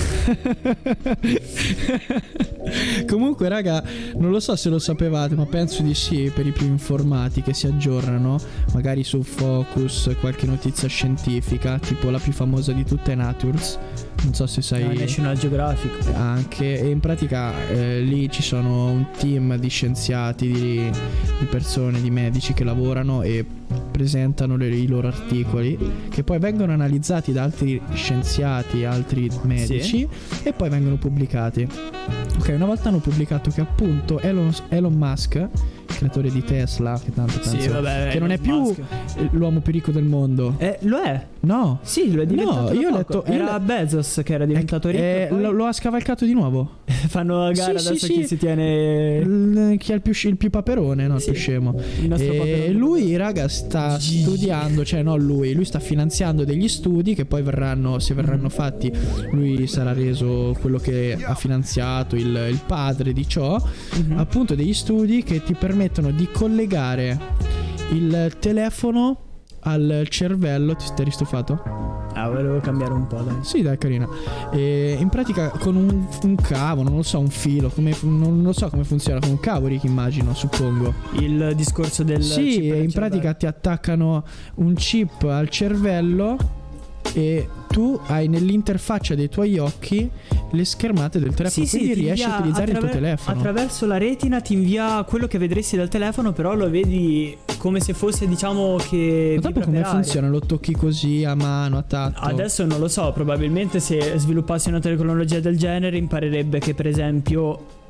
Comunque raga, non lo so se lo sapevate, ma penso di sì, per i più informati che si aggiornano magari su Focus, qualche notizia scientifica, tipo la più famosa di tutte è Natures. Non so se sai. Ah, National Geographic. Anche, e in pratica eh, lì ci sono un team di scienziati, di, di persone, di medici che lavorano e presentano le, i loro articoli, che poi vengono analizzati da altri scienziati, altri medici, sì, e poi vengono pubblicati. Ok, una volta hanno pubblicato che appunto Elon, Elon Musk, creatore di Tesla, che tanto penso, Sì, vabbè, che non è Elon più Musk. l'uomo più ricco del mondo. Eh, lo è. No. Sì, lo è diventato. No, da io ho poco. letto- io Era le- Bezos che era diventato ricco. Eh, poi lo, lo ha scavalcato di nuovo. fanno a gara Sì, adesso sì, chi sì. si tiene Il- chi è il più, sci- il più paperone, no? Il Sì. più scemo. il nostro E paperone. lui, raga, sta Gigi. studiando, cioè no lui, lui sta finanziando degli studi che poi verranno, se verranno Mm. fatti, lui sarà reso quello che ha finanziato, il, il padre di ciò, Mhm. appunto degli studi che ti permettono di collegare il telefono al cervello. Ti stai ristufato? Ah, volevo cambiare un po', dai. Sì, dai, carina. E in pratica con un, un cavo, non lo so, un filo, come, non lo so come funziona, con un cavo, Rick, immagino, suppongo. Il discorso del Sì, chip e del in pratica ti attaccano un chip al cervello e tu hai nell'interfaccia dei tuoi occhi le schermate del telefono, Sì, sì, quindi ti riesci a invia utilizzare il tuo attraver- telefono. Attraverso la retina ti invia quello che vedresti dal telefono, però lo vedi come se fosse, diciamo, che Ma dopo vibra come per aria. funziona? Lo tocchi così a mano, a tatto? Adesso non lo so, probabilmente se sviluppassi una tecnologia del genere imparerebbe che per esempio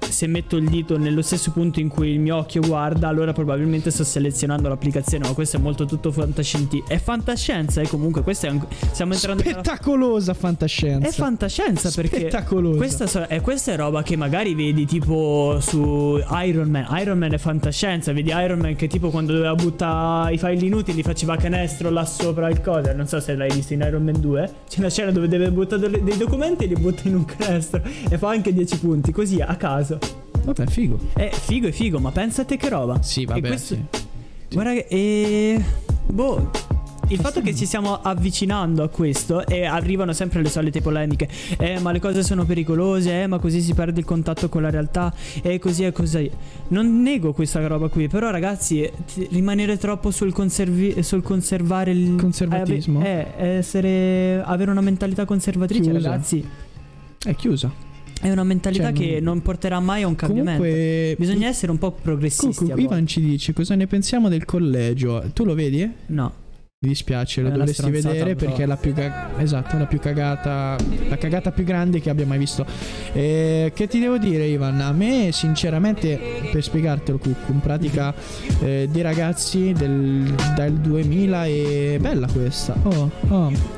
se metto il dito nello stesso punto in cui il mio occhio guarda, allora probabilmente sto selezionando l'applicazione. Ma questo è molto tutto fantascientifico. È fantascienza, e comunque questa è un... stiamo entrando spettacolosa nella... fantascienza. È fantascienza perché spettacolosa. Questa, so... è, questa è roba che magari vedi tipo su Iron Man. Iron Man è fantascienza. Vedi Iron Man che tipo quando doveva buttare i file inutili faceva canestro là sopra il coder. Non so se l'hai visto in Iron Man due. C'è una scena dove deve buttare dei documenti e li butta in un canestro e fa anche dieci punti così a caso. Vabbè, figo. È figo e figo, ma pensate che roba. Sì, vabbè, e questo... sì. Guarda che e... boh, il fatto che ci stiamo avvicinando a questo e arrivano sempre le solite polemiche. Eh ma le cose sono pericolose, eh ma così si perde il contatto con la realtà, e eh, così e così. Non nego questa roba qui, però ragazzi, rimanere troppo sul, conservi- sul conservare il conservatismo è eh, essere avere una mentalità conservatrice, chiusa. Ragazzi, è chiusa. è una mentalità cioè, che non porterà mai a un cambiamento. Comunque, bisogna essere un po' progressisti. Comunque, Ivan ci dice cosa ne pensiamo del collegio. Tu lo vedi? No. Mi dispiace, lo È dovresti vedere però. perché è la più ca- esatto, la più cagata, la cagata più grande che abbia mai visto. Eh, che ti devo dire, Ivan? A me sinceramente, per spiegartelo, Cucco, in pratica eh, dei ragazzi del, dal duemila è bella questa. Oh, oh.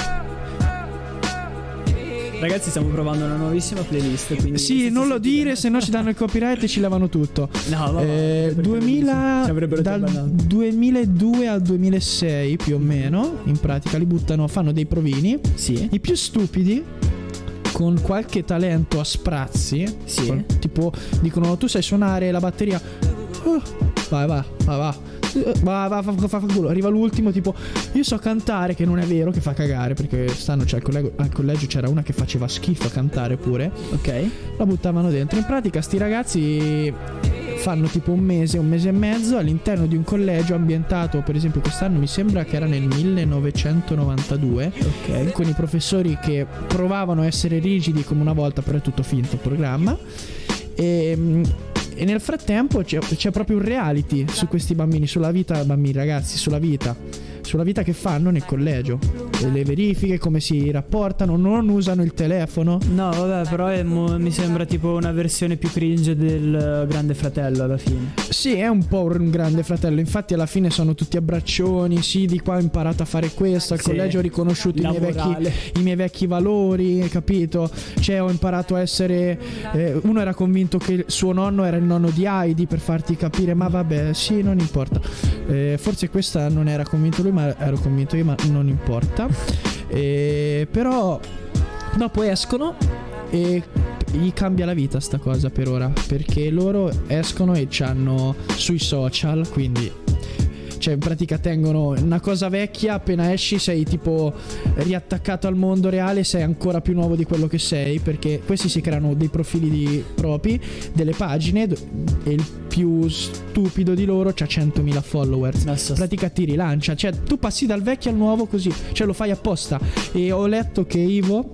Ragazzi, stiamo provando una nuovissima playlist, quindi Sì, non lo dire, se no ci danno il copyright e ci levano tutto. No, vabbè, eh, duemila ci avrebbero dal già duemiladue al duemilasei più o meno, in pratica li buttano, fanno dei provini. Sì. I più stupidi, con qualche talento a sprazzi, Sì. con- tipo dicono tu sai suonare la batteria, oh, vai va va va va va fa, fa, fa culo. Arriva l'ultimo tipo io so cantare, che non è vero, che fa cagare, perché stanno cioè, al, collego- al collegio c'era una che faceva schifo a cantare pure, Ok. la buttavano dentro. In pratica sti ragazzi fanno tipo un mese, un mese e mezzo all'interno di un collegio ambientato, per esempio quest'anno mi sembra che era nel millenovecentonovantadue, Ok. con i professori che provavano a essere rigidi come una volta, però è tutto finto il programma. E, e nel frattempo c'è, c'è proprio un reality su questi bambini, sulla vita, bambini ragazzi, sulla vita, sulla vita che fanno nel collegio, e le verifiche, come si rapportano, non usano il telefono. No, vabbè, però è mo- mi sembra tipo una versione più cringe del Grande Fratello alla fine. Sì, è un po' un grande fratello. Infatti alla fine sono tutti abbraccioni. Sì, di qua ho imparato a fare questo. Al Sì. collegio ho riconosciuto i La miei, vecchi, morale. i miei vecchi valori, capito? Cioè ho imparato a essere eh, uno era convinto che suo nonno era il nonno di Heidi, per farti capire. Ma vabbè, sì, non importa. eh, Forse questa non era convinto lui, ma ero convinto io, ma non importa. eh, Però dopo escono e gli cambia la vita sta cosa per ora, perché loro escono e c'hanno sui social, quindi cioè in pratica tengono una cosa vecchia, appena esci sei tipo riattaccato al mondo reale, sei ancora più nuovo di quello che sei, perché questi si creano dei profili di propri, delle pagine, e il più stupido di loro c'ha centomila followers. No, so- In pratica ti rilancia, cioè tu passi dal vecchio al nuovo così, cioè lo fai apposta. E ho letto che Ivo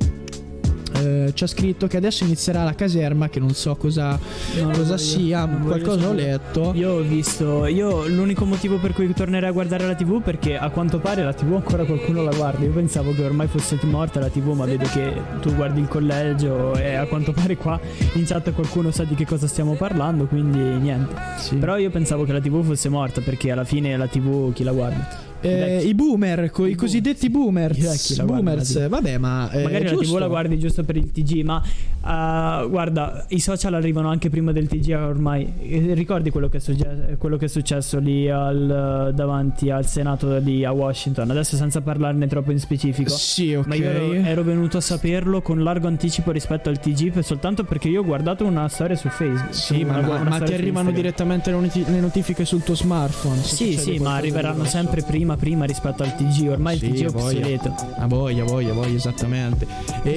eh, c'ha scritto che adesso inizierà la caserma, che non so cosa, Non lo cosa voglio- sia, non voglio qualcosa ho sapere. letto. Io ho visto. Io l'unico motivo per cui tornerei a guardare la tivù, perché a quanto pare la tivù ancora qualcuno la guarda. Io pensavo che ormai fosse morta la tivù, ma vedo che tu guardi il collegio e a quanto pare qua in chat qualcuno sa di che cosa stiamo parlando, quindi niente. Sì. Però io pensavo che la tivù fosse morta, perché alla fine la tivù chi la guarda? Eh, I boomer, co- i, I cosiddetti boomers. I vecchi la guardano, boomers, la tivù. vabbè, ma eh, Magari è la tivù giusto. la guardi giusto per il T G, ma uh, guarda, i social arrivano anche prima del T G ormai. Eh, Ricordi quello che, è succe- quello che è successo lì al, davanti al Senato lì a Washington? Adesso senza parlarne troppo in specifico. Sì, ok. Ma io ero, ero venuto a saperlo con largo anticipo rispetto al T G, per- soltanto perché io ho guardato una storia su Facebook. Sì, una- ma, una ma- storia ma ti su arrivano Instagram. direttamente le, noti- le notifiche sul tuo smartphone. se Sì, succede sì, ma qualcosa di arriveranno grosso. sempre prima, prima rispetto al T G. Ormai Sì, il T G è a voglia. obsoleto. A voglia, voglia, voglia, esattamente.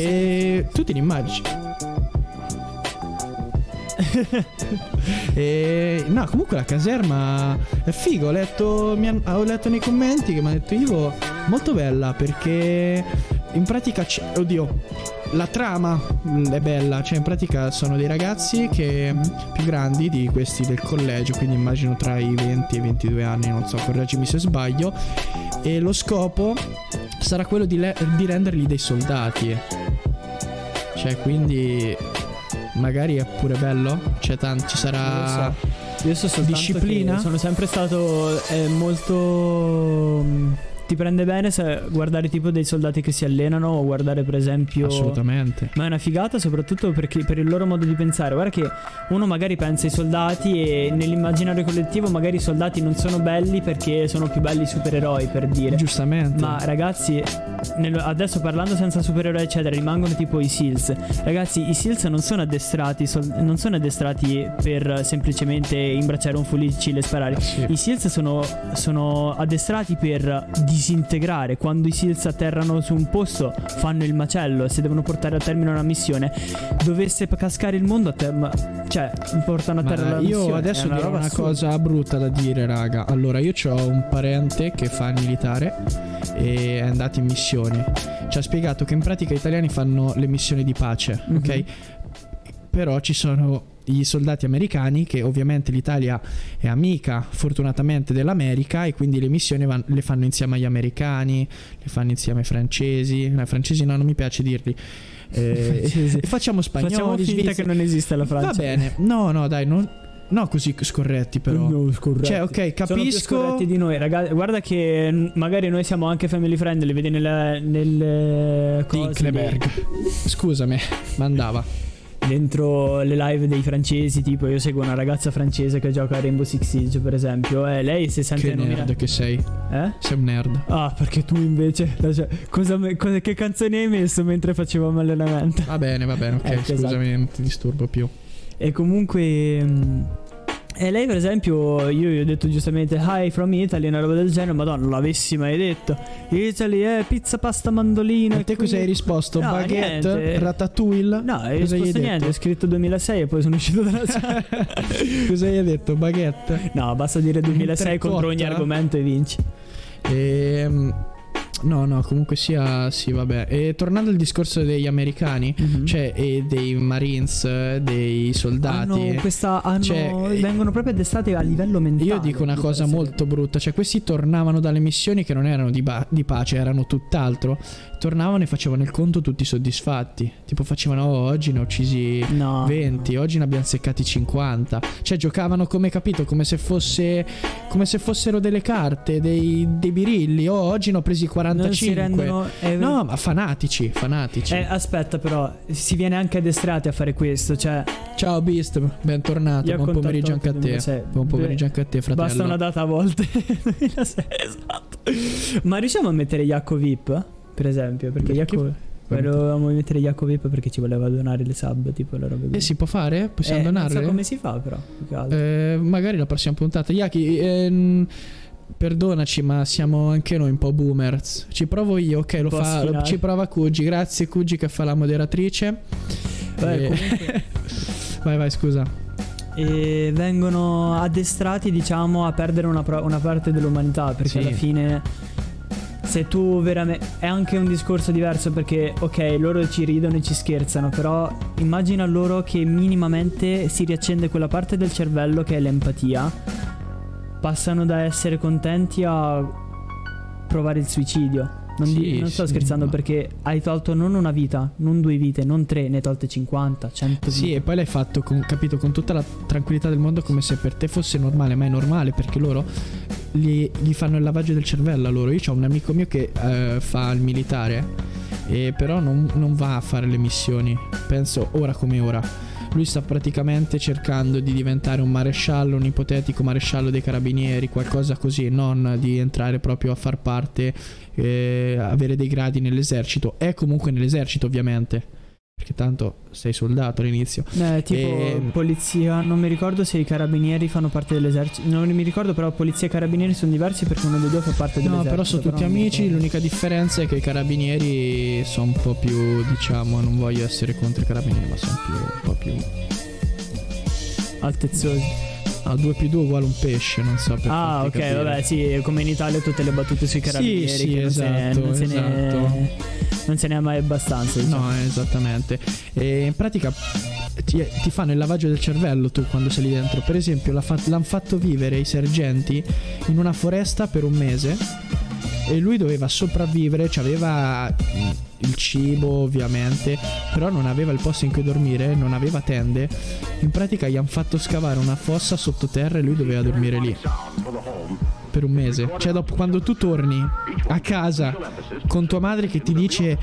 E tu ti immagini? e, no, comunque la caserma è figo. Ho letto, mi han- ho letto nei commenti che mi ha detto Ivo, molto bella, perché in pratica c'è, oddio, la trama mh, è bella. Cioè in pratica sono dei ragazzi che più grandi di questi del collegio, quindi immagino tra i venti e i ventidue anni, non so, correggimi se sbaglio. E lo scopo sarà quello di, le- di renderli dei soldati. Cioè quindi magari è pure bello. Cioè tanto ci sarà Io so soltanto disciplina. che sono sempre stato eh, molto... Ti prende bene se guardare tipo dei soldati che si allenano o guardare per esempio... Assolutamente. Ma è una figata soprattutto perché per il loro modo di pensare. Guarda che uno magari pensa ai soldati e nell'immaginario collettivo magari i soldati non sono belli perché sono più belli i supereroi, per dire. Giustamente. Ma ragazzi, nel- adesso parlando senza supereroi eccetera, rimangono tipo i SEALs. Ragazzi, i SEALs non sono addestrati sol- non sono addestrati per semplicemente imbracciare un fucile e sparare. Sì. I SEALs sono, sono addestrati per disintegrare. Quando i SEALs atterrano su un posto fanno il macello. Se devono portare a termine una missione, dovesse cascare il mondo a terra, cioè portano a terra Ma la io missione. adesso È una dirò roba una assurda. cosa brutta da dire, raga. Allora, io ho un parente che fa il militare e è andato in missione. Ci ha spiegato che in pratica gli italiani fanno le missioni di pace, Mhm. ok? Però ci sono i soldati americani, che ovviamente l'Italia è amica fortunatamente dell'America, e quindi le missioni van- le fanno insieme agli americani, le fanno insieme ai francesi. No, ai francesi no, non mi piace dirli. Eh, Francesi. e facciamo spagnoli, Facciamo finta svizzeri. che non esiste la Francia. Va bene. No, no, dai, non, no così scorretti però. No, scorretti. Cioè, ok, Sono più capisco. scorretti di noi, ragazzi. Guarda che n- magari noi siamo anche family friendly, vedi nelle, nelle cose Tinkleberg. Scusami, mandava. dentro le live dei francesi. Tipo io seguo una ragazza francese che gioca a Rainbow Six Siege per esempio, e lei si sente Che nominata. nerd che sei. Eh? Sei un nerd. Ah, perché tu invece cioè, cosa, cosa- che canzone hai messo mentre facevamo allenamento? Va bene, va bene, ok, Ecco, scusami, esatto. non ti disturbo più. E comunque mh, e lei per esempio, io gli ho detto giustamente hi from Italy, una roba del genere. Madonna, non l'avessi mai detto. Italy è pizza, pasta, mandolina. E te qui- cosa hai risposto? No, Baguette? niente. Ratatouille? No, hai Cosa gli risposto hai niente, ho detto? scritto duemilasei e poi sono uscito dalla chat. Cosa gli hai detto? Baguette? No, basta dire duemilasei contro ogni Intercotta? argomento e vinci. Ehm... No, no, comunque sia, sì, vabbè. E tornando al discorso degli americani, Mhm. cioè, e dei Marines, eh, dei soldati. Hanno questa hanno, Cioè, vengono proprio addestrati a livello mentale. Io dico una di cosa per sé. molto brutta, cioè questi tornavano dalle missioni che non erano di, ba- di pace, erano tutt'altro. Tornavano e facevano il conto tutti soddisfatti. Tipo facevano, oh, oggi ne ho uccisi No. venti, oggi ne abbiamo seccati cinquanta. Cioè giocavano come, capito, come se fosse come se fossero delle carte, dei, dei birilli. Oh, oggi ne ho presi quarantacinque. Non si rendono eh, No, ma fanatici, fanatici. eh, aspetta però, si viene anche addestrati a fare questo, cioè Ciao Beast, bentornato. Io ho Buon contatto pomeriggio anche a te. duemilasei. Buon pomeriggio anche a te, fratello. basta una data a volte. duemilasei, esatto. Ma riusciamo a mettere Jaco V I P, per esempio? Perché Perché? Jaco volevamo mettere Jaco V I P perché ci voleva donare le sub, tipo le robe Eh, così. si può fare? Possiamo Eh, donarle? Non so come si fa però, più che altro. Eh, magari la prossima puntata. Yaki, ehm, perdonaci, ma siamo anche noi un po' boomers. Ci provo io, ok, lo Un po' fa. sfinati. Ci prova Kugi. Grazie Kugi che fa la moderatrice. Beh, Eh, comunque vai, vai, scusa. e vengono addestrati, diciamo, a perdere una, pro- una parte dell'umanità, perché Sì. alla fine se tu veramente è anche un discorso diverso, perché ok, loro ci ridono e ci scherzano, però immagina loro che minimamente si riaccende quella parte del cervello che è l'empatia, passano da essere contenti a provare il suicidio. Non, Sì, di- non sto sì, scherzando, ma- perché hai tolto non una vita, non due vite, non tre, ne hai tolte cinquanta, cento Sì, vite. e poi l'hai fatto con, capito, con tutta la tranquillità del mondo, come se per te fosse normale, ma è normale perché loro gli, gli fanno il lavaggio del cervello a loro. Io ho un amico mio che eh, fa il militare, e però non, non va a fare le missioni, penso ora come ora. Lui sta praticamente cercando di diventare un maresciallo, un ipotetico maresciallo dei carabinieri, qualcosa così, non di entrare proprio a far parte, eh, avere dei gradi nell'esercito. È comunque nell'esercito, ovviamente, perché tanto sei soldato all'inizio. Eh, tipo E- polizia, non mi ricordo se i carabinieri fanno parte dell'esercito. Non mi ricordo, però polizia e carabinieri sono diversi perché uno dei due fa parte No, dell'esercito. però sono tutti non mi amici. ricordo. L'unica differenza è che i carabinieri sono un po' più, diciamo, non voglio essere contro i carabinieri, ma sono più, un po' più. Altezzosi. Ah, due più due uguale un pesce, non so per Ah, farti ok, capire. vabbè, sì, come in Italia tutte le battute sui carabinieri. sì, che non se ne- esatto, non se ne, esatto. non se ne ha mai abbastanza. diciamo. No, esattamente. E in pratica ti, ti fanno il lavaggio del cervello tu quando sei lì dentro. Per esempio, l'ha fa- l'hanno fatto vivere i sergenti in una foresta per un mese, e lui doveva sopravvivere. Cioè aveva il cibo ovviamente, però non aveva il posto in cui dormire, non aveva tende. In pratica gli hanno fatto scavare una fossa sottoterra e lui doveva dormire lì per un mese. Cioè dopo, quando tu torni a casa con tua madre che ti dice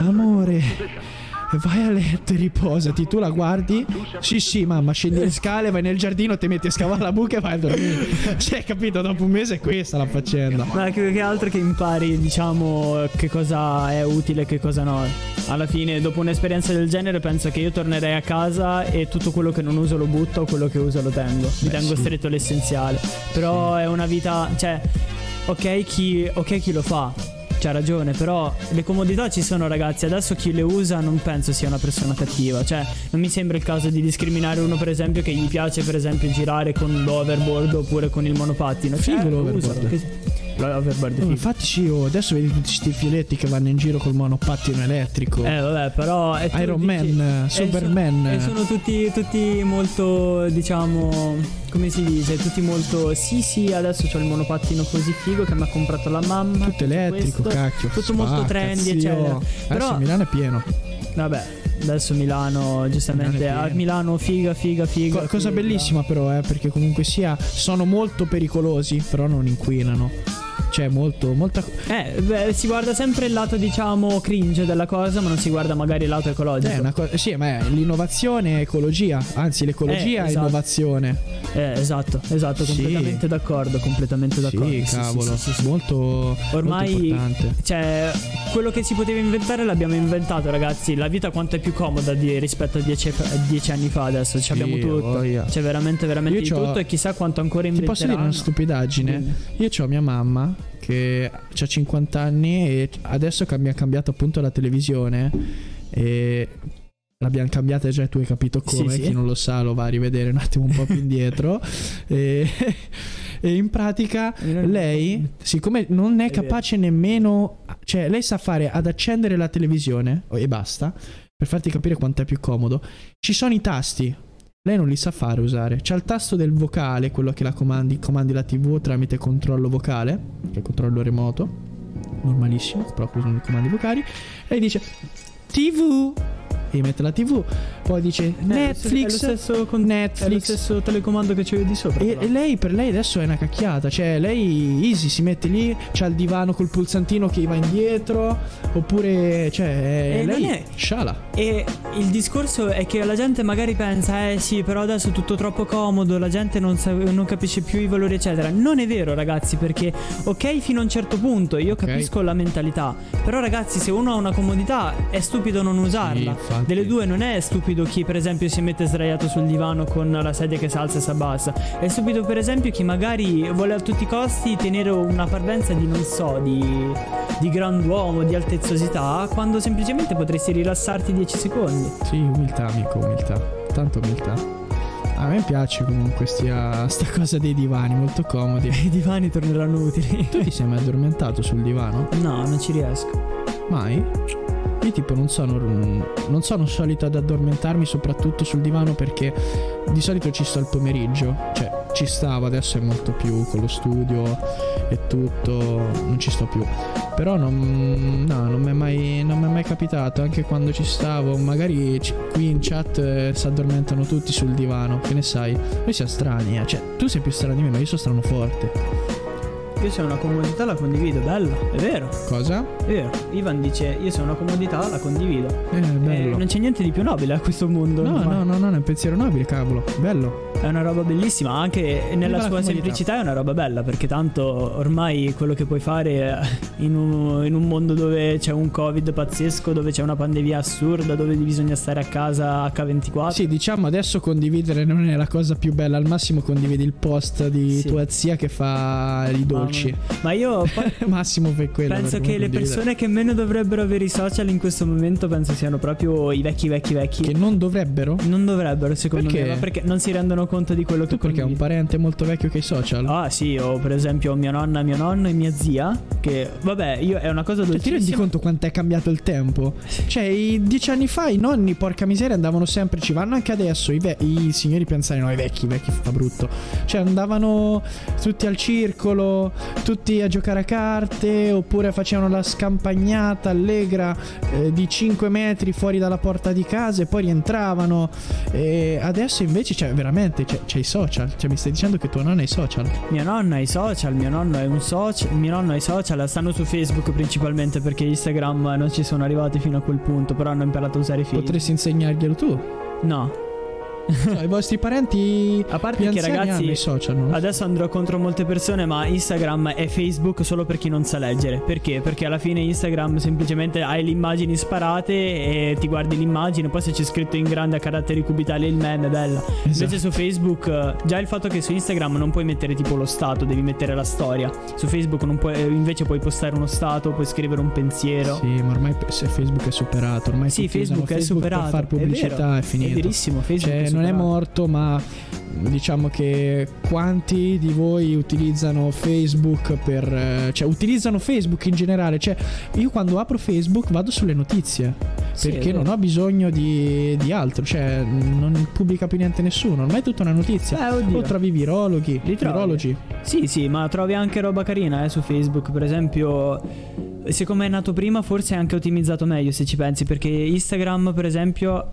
amore vai a letto e riposati, tu la guardi, sì sì mamma, scendi le scale, vai nel giardino, ti metti a scavare la buca e vai a dormire. Cioè capito, dopo un mese è questa la faccenda. Ma che, che altro che impari, diciamo, che cosa è utile e che cosa no. Alla fine, dopo un'esperienza del genere, penso che io tornerei a casa e tutto quello che non uso lo butto, quello che uso lo tengo. Mi Beh, tengo sì. stretto l'essenziale. Però sì. È una vita, cioè, ok chi, ok chi lo fa, c'ha ragione, però le comodità ci sono, ragazzi. Adesso chi le usa non penso sia una persona cattiva. Cioè non mi sembra il caso di discriminare uno, per esempio, che gli piace per esempio girare con l'overboard oppure con il monopattino. Figo cioè, l'overboard. usalo, che... L'overboard è Oh, figo. infatti sì, io adesso vedi tutti sti fioletti che vanno in giro col monopattino elettrico. Eh vabbè, però è Iron dici, Man, e Superman. so, e sono tutti, tutti molto, diciamo, come si dice, tutti molto sì sì, adesso c'ho il monopattino così figo che mi ha comprato la mamma. Tutto elettrico, questo, cacchio. tutto Spacca, molto trendy, zio. eccetera. Adesso Però Milano è pieno. vabbè, adesso Milano, giustamente, Milano è a pieno. Milano figa figa figa. Co- cosa figa. bellissima però, eh, perché comunque sia sono molto pericolosi, però non inquinano. Cioè molto, molta... Eh, beh, si guarda sempre il lato, diciamo, cringe della cosa, ma non si guarda magari il lato ecologico. Eh, una co- sì, ma è l'innovazione è ecologia. Anzi, l'ecologia Eh, è esatto. innovazione. Eh, esatto, esatto, Sì. completamente d'accordo, completamente d'accordo. Sì, cavolo, sì, sì, sì. molto, Ormai, molto importante. cioè, quello che si poteva inventare l'abbiamo inventato, ragazzi. La vita quanto è più comoda di, rispetto a dieci, a dieci anni fa adesso. Sì, abbiamo tutto. voglia. C'è veramente, veramente Io di c'ho- tutto. E chissà quanto ancora Ti inventeranno. posso dire una stupidaggine? Dimmi. Io ho mia mamma che ha cinquanta anni e adesso che mi ha cambiato appunto la televisione e l'abbiamo cambiata già, tu hai capito come, Sì, sì. chi non lo sa lo va a rivedere un attimo un po' più indietro. e, e in pratica lei, siccome non è È vero. capace nemmeno, cioè lei sa fare ad accendere la televisione e basta, per farti capire quanto è più comodo, ci sono i tasti. Lei non li sa fare usare. C'ha il tasto del vocale, quello che la comandi, comandi la tivù tramite controllo vocale, che è controllo remoto, normalissimo, però con i comandi vocali. E lei dice tivù e mette la tivù, poi dice Netflix, È lo stesso, con, Netflix. è lo stesso telecomando che c'ho io di sopra. E, però. e lei, per lei adesso è una cacchiata. Cioè lei easy si mette lì, c'ha il divano col pulsantino che va indietro, oppure cioè E lei non è- sciala. E il discorso è che la gente magari pensa, eh sì, però adesso è tutto troppo comodo, la gente non, sa- non capisce più i valori, eccetera. Non è vero, ragazzi, perché ok, fino a un certo punto io Ok. capisco la mentalità, però ragazzi, se uno ha una comodità è stupido non usarla. infatti. Delle due non è stupido chi per esempio si mette sdraiato sul divano con la sedia che si alza e si abbassa. È stupido per esempio chi magari vuole a tutti i costi tenere una parvenza di, non so, di, di grand'uomo, di altezzosità, quando semplicemente potresti rilassarti dieci secondi. Sì, umiltà, amico, umiltà. Tanta umiltà. A me piace comunque stia, sta cosa dei divani, molto comodi. I divani torneranno utili. Tu ti sei mai addormentato sul divano? No, non ci riesco. Mai? Io tipo non sono non sono solito ad addormentarmi soprattutto sul divano, perché di solito ci sto al pomeriggio. Cioè ci stavo, adesso è molto più con lo studio e tutto, non ci sto più. Però non, no, non mi è mai non mi è mai capitato, anche quando ci stavo. Magari ci- qui in chat eh, si addormentano tutti sul divano, che ne sai? Noi siamo strani, eh. Cioè tu sei più strano di me, ma io sono strano forte. Io se ho una comodità la condivido, bello, è vero, Cosa? è vero. Ivan dice io se ho una comodità la condivido. Eh, Eh, bello. non c'è niente di più nobile a questo mondo. No, ormai. no, no, no, è un pensiero nobile, cavolo. Bello. È una roba bellissima, anche Viva nella la sua comodità. semplicità è una roba bella, perché tanto ormai quello che puoi fare in un, in un mondo dove c'è un Covid pazzesco, dove c'è una pandemia assurda, dove bisogna stare a casa acca ventiquattro. Sì, diciamo adesso condividere non è la cosa più bella. Al massimo condividi il post di Sì. tua zia che fa i dolci. Ma io poi Massimo per quello. penso per che le condividere. persone che meno dovrebbero avere i social in questo momento penso siano proprio i vecchi vecchi vecchi. che non dovrebbero? Non dovrebbero, secondo Perché? me, ma perché non si rendono conto di quello Tu che perché è un condividi. parente molto vecchio che hai social? Ah sì, o per esempio mia nonna, mio nonno e mia zia, che che vabbè, io è una cosa Cioè, ti dolcissima. rendi conto quanto è cambiato il tempo? Cioè, i dieci anni fa i nonni, porca miseria, andavano sempre, ci vanno anche adesso. I, ve- i signori pensare, no, i vecchi, i vecchi fa brutto. Cioè, andavano tutti al circolo, tutti a giocare a carte, oppure facevano la scampagnata allegra eh, di cinque metri fuori dalla porta di casa e poi rientravano. E adesso invece, cioè, veramente, c'è, c'è i social. Cioè, mi stai dicendo che tuo nonno ha i social? Mio nonno ha i social, mio nonno è un social, mio nonno ha i social, stanno su Facebook principalmente perché Instagram non ci sono arrivati fino a quel punto, però hanno imparato a usare i figli. Potresti insegnarglielo tu? No. Cioè, i vostri parenti A parte più che anziani ragazzi hanno i social, no? adesso andrò contro molte persone, ma Instagram è Facebook solo per chi non sa leggere. Perché? Perché alla fine Instagram semplicemente hai le immagini sparate e ti guardi l'immagine, poi se c'è scritto in grande a caratteri cubitali il meme è bella. Esatto. Invece su Facebook, già il fatto che su Instagram non puoi mettere tipo lo stato, devi mettere la storia. Su Facebook non puoi, invece puoi postare uno stato, puoi scrivere un pensiero. Sì, ma ormai se Facebook è superato, ormai Sì, tutti usano Facebook è superato, per fare pubblicità, è, vero, è finito. È verissimo, Facebook Cioè, è non è superato. morto, ma diciamo che quanti di voi utilizzano Facebook per eh, cioè utilizzano Facebook in generale? Cioè, io quando apro Facebook vado sulle notizie, Sì, perché è non vero. ho bisogno di, di altro, cioè non pubblica più niente nessuno, ormai è tutta una notizia. Eh, oddio. O trovi virologhi, Li trovi? virologi. Sì, sì, ma trovi anche roba carina eh, su Facebook. Per esempio, siccome è nato prima, forse è anche ottimizzato meglio se ci pensi. Perché Instagram, per esempio.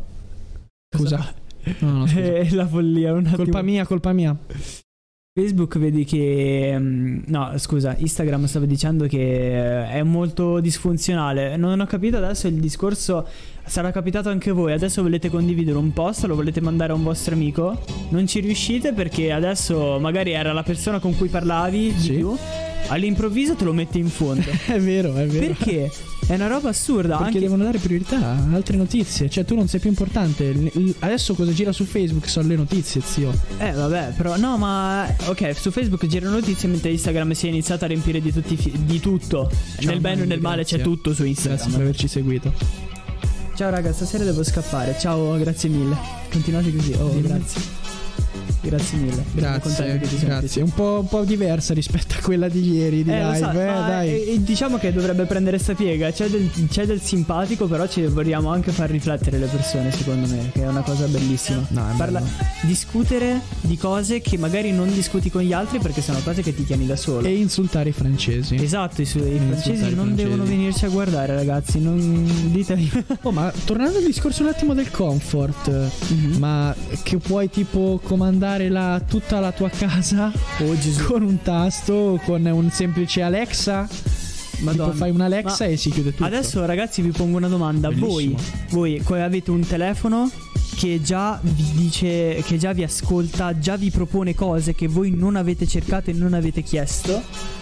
Scusa. No, no, scusa. È la follia. Un attimo. Colpa mia, colpa mia. Facebook vedi che mm, no scusa, Instagram stavo dicendo che è molto disfunzionale. Non ho capito adesso il discorso. Sarà capitato anche a voi. Adesso volete condividere un post, lo volete mandare a un vostro amico, non ci riuscite perché adesso magari era la persona con cui parlavi di Sì. più, all'improvviso te lo metti in fondo. È vero, è vero. Perché? È una roba assurda. Perché anche... devono dare priorità a altre notizie. Cioè, tu non sei più importante. L- l- adesso cosa gira su Facebook sono le notizie, zio. Eh vabbè, però no, ma ok, su Facebook girano notizie mentre Instagram si è iniziato a riempire di, tutti i fi- di tutto. Ciao, nel bene o nel male grazie. c'è tutto su Instagram. Grazie per averci seguito. Ciao raga, stasera devo scappare. Ciao, grazie mille. Continuate così. Oh, Dimmi. grazie. Grazie mille. Sono Grazie, contento che ti sia grazie. Un po', un po' diversa rispetto a quella di ieri di Eh, lo live, so, eh, ma, dai. eh, diciamo che dovrebbe prendere sta piega. C'è del, c'è del simpatico, però ci vogliamo anche far riflettere le persone, secondo me, che è una cosa bellissima. No, è Parla- bello. discutere di cose che magari non discuti con gli altri perché sono cose che ti tieni da solo. E insultare i francesi. Esatto, i, su- i Insultare francesi i non francesi. devono venirci a guardare, ragazzi. Non ditemi. Oh, ma tornando al discorso un attimo del comfort, Mhm. ma che puoi tipo comandare la, tutta la tua casa Oh Gesù. con un tasto, con un semplice Alexa. Madonna. Tipo fai un Alexa Ma e si chiude tutto. Adesso ragazzi vi pongo una domanda. Voi, Bellissimo. voi co- avete un telefono che già vi dice, che già vi ascolta, già vi propone cose che voi non avete cercato e non avete chiesto.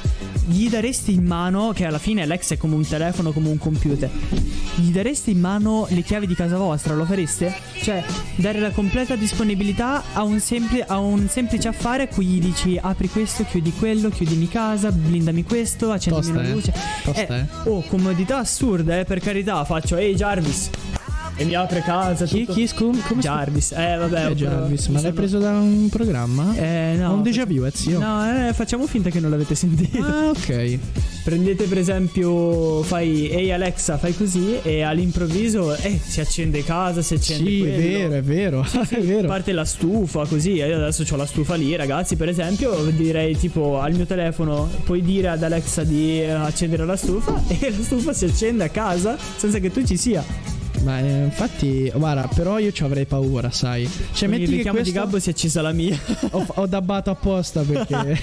Gli dareste in mano, che alla fine Alexa è come un telefono, come un computer, gli dareste in mano le chiavi di casa vostra? Lo fareste? Cioè, dare la completa disponibilità a un, sempli- a un semplice affare a cui gli dici apri questo, chiudi quello, chiudimi casa, blindami questo, accendimi Tosta, una eh. luce. Tosta, Eh, eh. Oh, comodità assurda, eh, per carità. Faccio, ehi Jarvis, e mi apre casa. Chi, tutto. chi scum, come si Jarvis, eh vabbè. è però- Jarvis? Ma mi l'hai sembra- preso da un programma? Eh no. Ho un déjà faccio- vu, eh, zio. No, eh, facciamo finta che non l'avete sentito. Ah, ok. Prendete per esempio, fai ehi Alexa, fai così e all'improvviso eh, si accende casa, si accende Sì, è quello. vero, è vero. È vero. Parte la stufa, così. Io adesso ho la stufa lì, ragazzi. Per esempio, direi tipo al mio telefono: puoi dire ad Alexa di eh, accendere la stufa, e la stufa si accende a casa senza che tu ci sia. Ma eh, infatti, guarda, però io ci avrei paura, sai. Cioè, Con il metti che richiamo questo di Gabbo si è accesa la mia. ho, ho dabbato apposta perché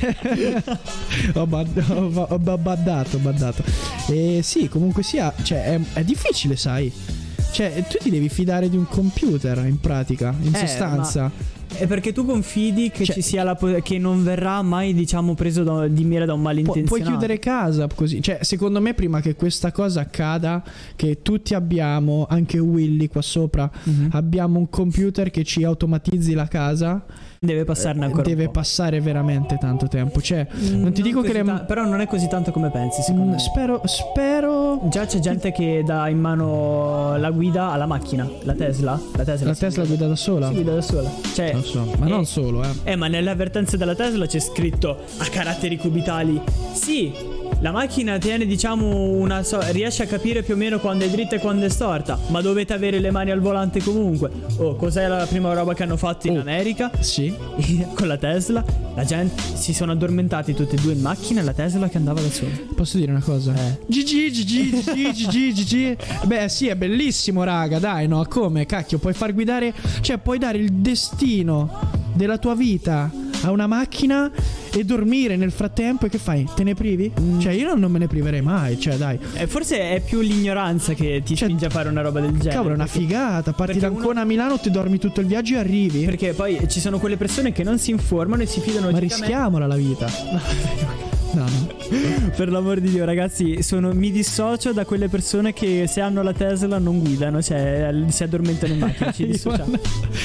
ho, bad- ho, ho baddato, ho baddato. E sì, comunque sia, cioè è, è difficile, sai. Cioè, tu ti devi fidare di un computer in pratica, in Eh, sostanza. È perché tu confidi che Cioè- ci sia la po- che non verrà mai, diciamo, preso da- di mira da un Pu- malintenzionato. puoi chiudere casa così. Cioè, secondo me, prima che questa cosa accada, che tutti abbiamo, anche Willy qua sopra, Mhm. abbiamo un computer che ci automatizzi la casa. Deve passarne ancora. Deve un po'. passare veramente tanto tempo. Cioè, Mm, non ti dico che così le. ta- però non è così tanto come pensi, secondo Mm, me. spero, spero. Già c'è gente che dà in mano la guida alla macchina. La Tesla. La Tesla, La si Tesla guida da sola. Si guida da sola. Cioè, Non so, ma eh, non solo, eh. Eh, ma nelle avvertenze della Tesla c'è scritto a caratteri cubitali: sì, la macchina tiene, diciamo, una so- riesce a capire più o meno quando è dritta e quando è storta, ma dovete avere le mani al volante comunque. Oh, cos'è la prima roba che hanno fatto in Oh. America? Sì. Con la Tesla, la gente si sono addormentati tutti e due in macchina e la Tesla che andava da sola. Posso dire una cosa? Eh. G G, G G, G G, G G, G G. Beh sì, è bellissimo raga, dai, no, come, cacchio, puoi far guidare, cioè puoi dare il destino della tua vita a una macchina e dormire nel frattempo, e che fai? Te ne privi? Mm. Cioè io non, non me ne priverei mai, cioè dai. Eh, forse è più l'ignoranza che ti Cioè, spinge a fare una roba del genere. Cavolo, è una perché- figata, parti perché da uno- Ancona a Milano, ti dormi tutto il viaggio e arrivi. Perché poi ci sono quelle persone che non si informano e si fidano Ma ciecamente- rischiamola la vita. No, no. Per l'amor di Dio, ragazzi, sono, mi dissocio da quelle persone che se hanno la Tesla non guidano, cioè si addormentano in macchina. Ci dissociamo.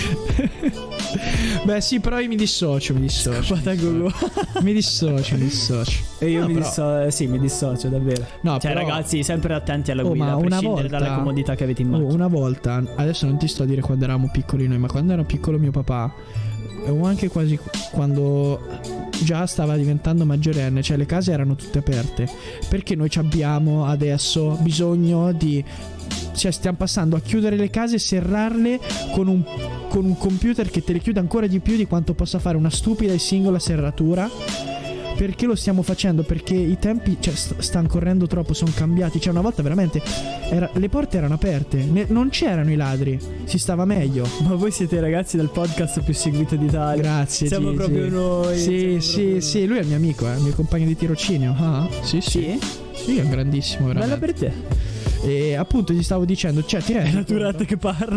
Beh sì, però io mi dissocio, mi dissocio. Scappata Google. Mi dissocio, mi dissocio. E io No, mi però- dissocio, sì, mi dissocio davvero. No, Cioè, però- ragazzi, sempre attenti alla Oh, guida, ma a una prescindere volta- dalle comodità che avete in Oh, macchina. una volta, adesso non ti sto a dire quando eravamo piccoli noi, ma quando ero piccolo mio papà, o anche quasi quando già stava diventando maggiorenne, cioè le case erano tutte aperte, perché noi ci abbiamo adesso bisogno di, cioè stiamo passando a chiudere le case e serrarle con un, con un computer che te le chiude ancora di più di quanto possa fare una stupida e singola serratura. Perché lo stiamo facendo? Perché i tempi, cioè, st- stanno correndo troppo, sono cambiati. Cioè una volta veramente era- le porte erano aperte, ne- non c'erano i ladri, si stava meglio. Ma voi siete i ragazzi del podcast più seguito d'Italia. Grazie, Siamo Gigi. proprio noi. Sì, siamo sì, proprio sì, noi. lui è il mio amico, è il mio compagno di tirocinio. Ah, sì, sì. Sì? Sì, è un grandissimo, Bella veramente. per te. E appunto ti stavo dicendo, cioè ti rendi È la conto? Tourette che parla.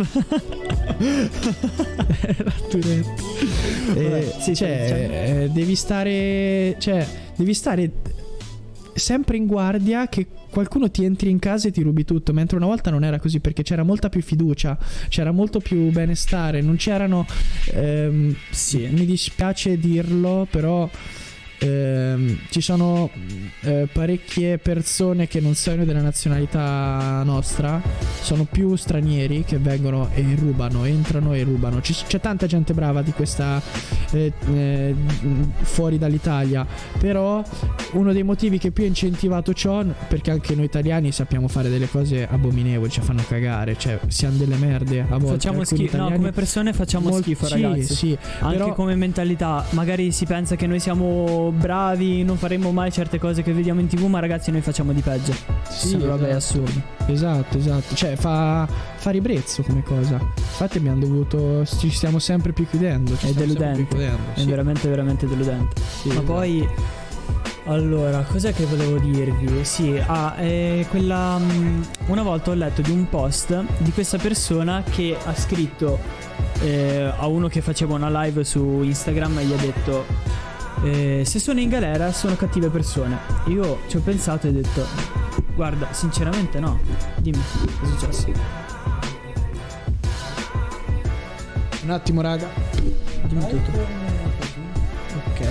La Tourette. Eh, Vabbè, sì, cioè, cioè- eh, devi stare, cioè, devi stare sempre in guardia che qualcuno ti entri in casa e ti rubi tutto, mentre una volta non era così, perché c'era molta più fiducia, c'era molto più benestare, non c'erano ehm, Sì. mi dispiace dirlo, però ehm, ci sono eh, parecchie persone che non sono della nazionalità nostra, sono più stranieri che vengono e rubano, entrano e rubano. Ci- c'è tanta gente brava di questa eh, eh, fuori dall'Italia, però uno dei motivi che più ha incentivato ciò, perché anche noi italiani sappiamo fare delle cose abominevoli, ci fanno cagare, cioè siamo delle merde a volte. Facciamo alcuni schifo. No, italiani- come persone facciamo Mol- schifo, sì, ragazzi. sì, Anche però- come mentalità. Magari si pensa che noi siamo bravi, non faremo mai certe cose che vediamo in TV, ma ragazzi noi facciamo di peggio. Sì, Sono robe esatto. assurde. Esatto, esatto. Cioè fa, fa ribrezzo come cosa. Infatti abbiamo dovuto, ci stiamo sempre più chiudendo. Ci È stiamo sempre deludente. più chiudendo, È sì. veramente, veramente deludente. Sì, Ma esatto. poi, allora, cos'è che volevo dirvi? Sì, ah, è quella. mm, Una volta ho letto di un post di questa persona che ha scritto eh, a uno che faceva una live su Instagram e gli ha detto: eh, se sono in galera sono cattive persone. Io ci ho pensato e ho detto: guarda, sinceramente no. Dimmi, cosa è successo? Un attimo, raga. Dimmi tutto. Ok.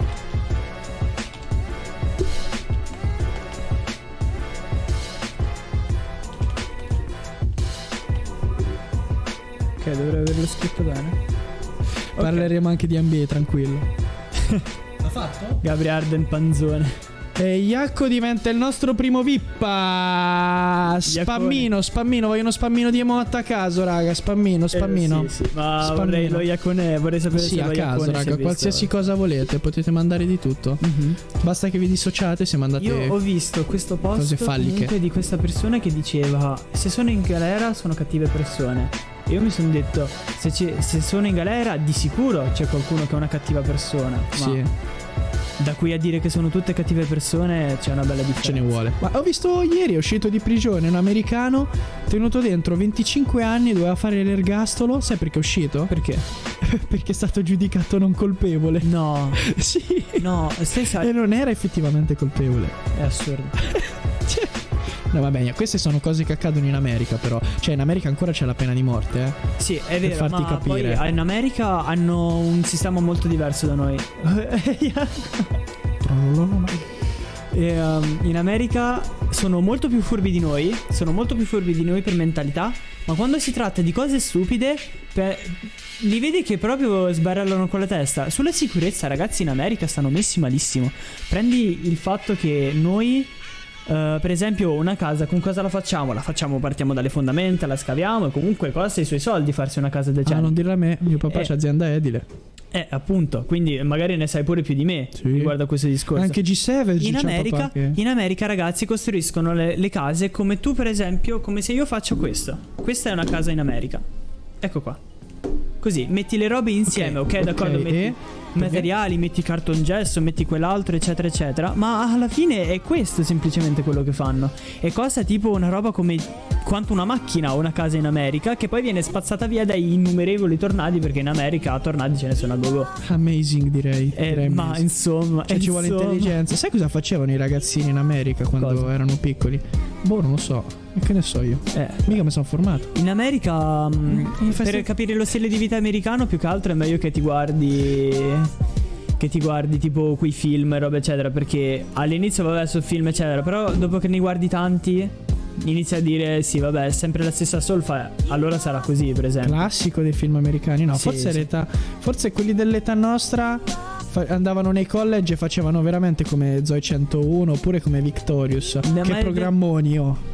Ok, dovrei averlo scritto bene. Parleremo anche di N B A, tranquillo. L'ha fatto? Gabriele Arden Panzone. E Iacco diventa il nostro primo vippa. Spammino, spammino. Voglio uno spammino di emote a caso, raga. Spammino, spammino. Eh, sì, sì. Ma Spammino. vorrei lo Iacone. Vorrei sapere Sì, se a lo caso, Iacone si è raga. visto. Qualsiasi cosa volete, potete mandare di tutto. Mhm. Basta che vi dissociate se mandate. Io ho visto questo post cose falliche. comunque di questa persona che diceva: se sono in galera sono cattive persone. E io mi sono detto: se, c'è- se sono in galera di sicuro c'è qualcuno che è una cattiva persona. Ma Sì, da qui a dire che sono tutte cattive persone c'è una bella differenza. ce ne vuole. Ma ho visto ieri, è uscito di prigione un americano tenuto dentro venticinque anni, doveva fare l'ergastolo. Sai perché è uscito? Perché? Perché è stato giudicato non colpevole. No, Sì. no, stai sa- E non era effettivamente colpevole. è assurdo. Cioè, no, vabbè, queste sono cose che accadono in America, però. Cioè, in America ancora c'è la pena di morte, eh. Sì, è vero, farti ma capire. poi in America hanno un sistema molto diverso da noi. E, um, in America sono molto più furbi di noi, sono molto più furbi di noi per mentalità, ma quando si tratta di cose stupide Pe- li vedi che proprio sbarellano con la testa. Sulla sicurezza, ragazzi, in America stanno messi malissimo. Prendi il fatto che noi Uh, per esempio una casa, con cosa la facciamo? La facciamo, partiamo dalle fondamenta, la scaviamo e comunque costa i suoi soldi farsi una casa decente. Ah, non dirla a me, mio papà eh, c'ha azienda edile. Eh, appunto, quindi magari ne sai pure più di me sì. riguardo a questo discorso. Anche G sette in America, che... in America, ragazzi, costruiscono le, le case come tu, per esempio, come se io faccio questo. Questa è una casa in America. Ecco qua. Così, metti le robe insieme, ok? ok, d'accordo, okay. metti E? materiali, metti cartongesso, metti quell'altro, eccetera, eccetera. Ma alla fine è questo semplicemente quello che fanno. E costa tipo una roba come quanto una macchina o una casa in America, che poi viene spazzata via dai innumerevoli tornadi, perché in America a tornadi ce ne sono a go-go. Amazing, direi, eh, direi Ma amazing. insomma, cioè, ci vuole insomma. intelligenza. Sai cosa facevano i ragazzini in America quando cosa? erano piccoli? Boh, non lo so. E che ne so io? Eh. Mica mi sono formato. In America, mh, per feste... capire lo stile di vita americano, più che altro è meglio che ti guardi. Che ti guardi tipo quei film e roba eccetera. Perché all'inizio vabbè su film eccetera, però dopo che ne guardi tanti inizi a dire sì vabbè è sempre la stessa solfa, allora sarà così, per esempio. Classico dei film americani. No, sì, forse sì. l'età. Forse quelli dell'età nostra fa- andavano nei college e facevano veramente come Zoe centouno oppure come Victorious. No, che programmoni oh.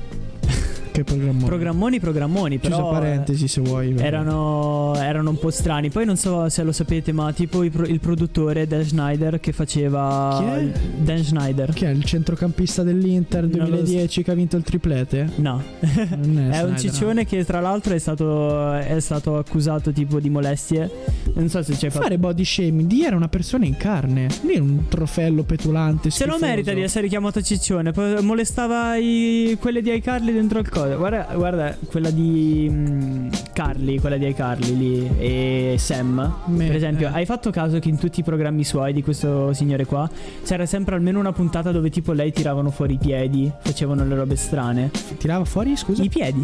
Che programmoni. Programmoni, programmoni, però chiusa parentesi se vuoi. Erano, erano un po' strani. Poi non so se lo sapete, ma tipo il, pro, il produttore Dan Schneider che faceva. Chi è? Dan Schneider. Che è il centrocampista dell'Inter duemiladieci che ha vinto il triplete? No. Non è, è un Schneider, ciccione no. che tra l'altro è stato è stato accusato tipo di molestie. Non so se c'è fare body shaming. Di era una persona in carne. Lì è un trofeo petulante. Se schifoso. lo merita di essere chiamato ciccione. Poi molestava i, quelle di iCarly dentro il coso. Guarda, guarda quella di um, Carly, quella di iCarly lì e Sam. Me, per esempio, eh. hai fatto caso che in tutti i programmi suoi di questo signore qua c'era sempre almeno una puntata dove tipo lei tiravano fuori i piedi, facevano le robe strane. Tirava fuori, scusa? I piedi.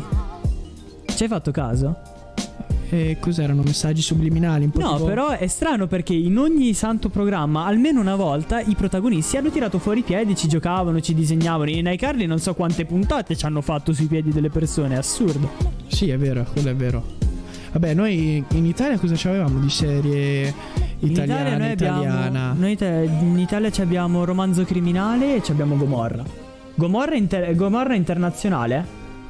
Ci hai fatto caso? E cos'erano? Messaggi subliminali? Un po' No, tipo... però è strano perché in ogni santo programma, almeno una volta, i protagonisti hanno tirato fuori i piedi, ci giocavano, ci disegnavano. In iCarly non so quante puntate ci hanno fatto sui piedi delle persone, è assurdo. Sì, è vero, quello è vero. Vabbè, noi in Italia cosa c'avevamo di serie italiana, in Italia noi italiana? abbiamo, noi te, in Italia ci abbiamo Romanzo Criminale e ci abbiamo Gomorra. Gomorra, inter, Gomorra internazionale.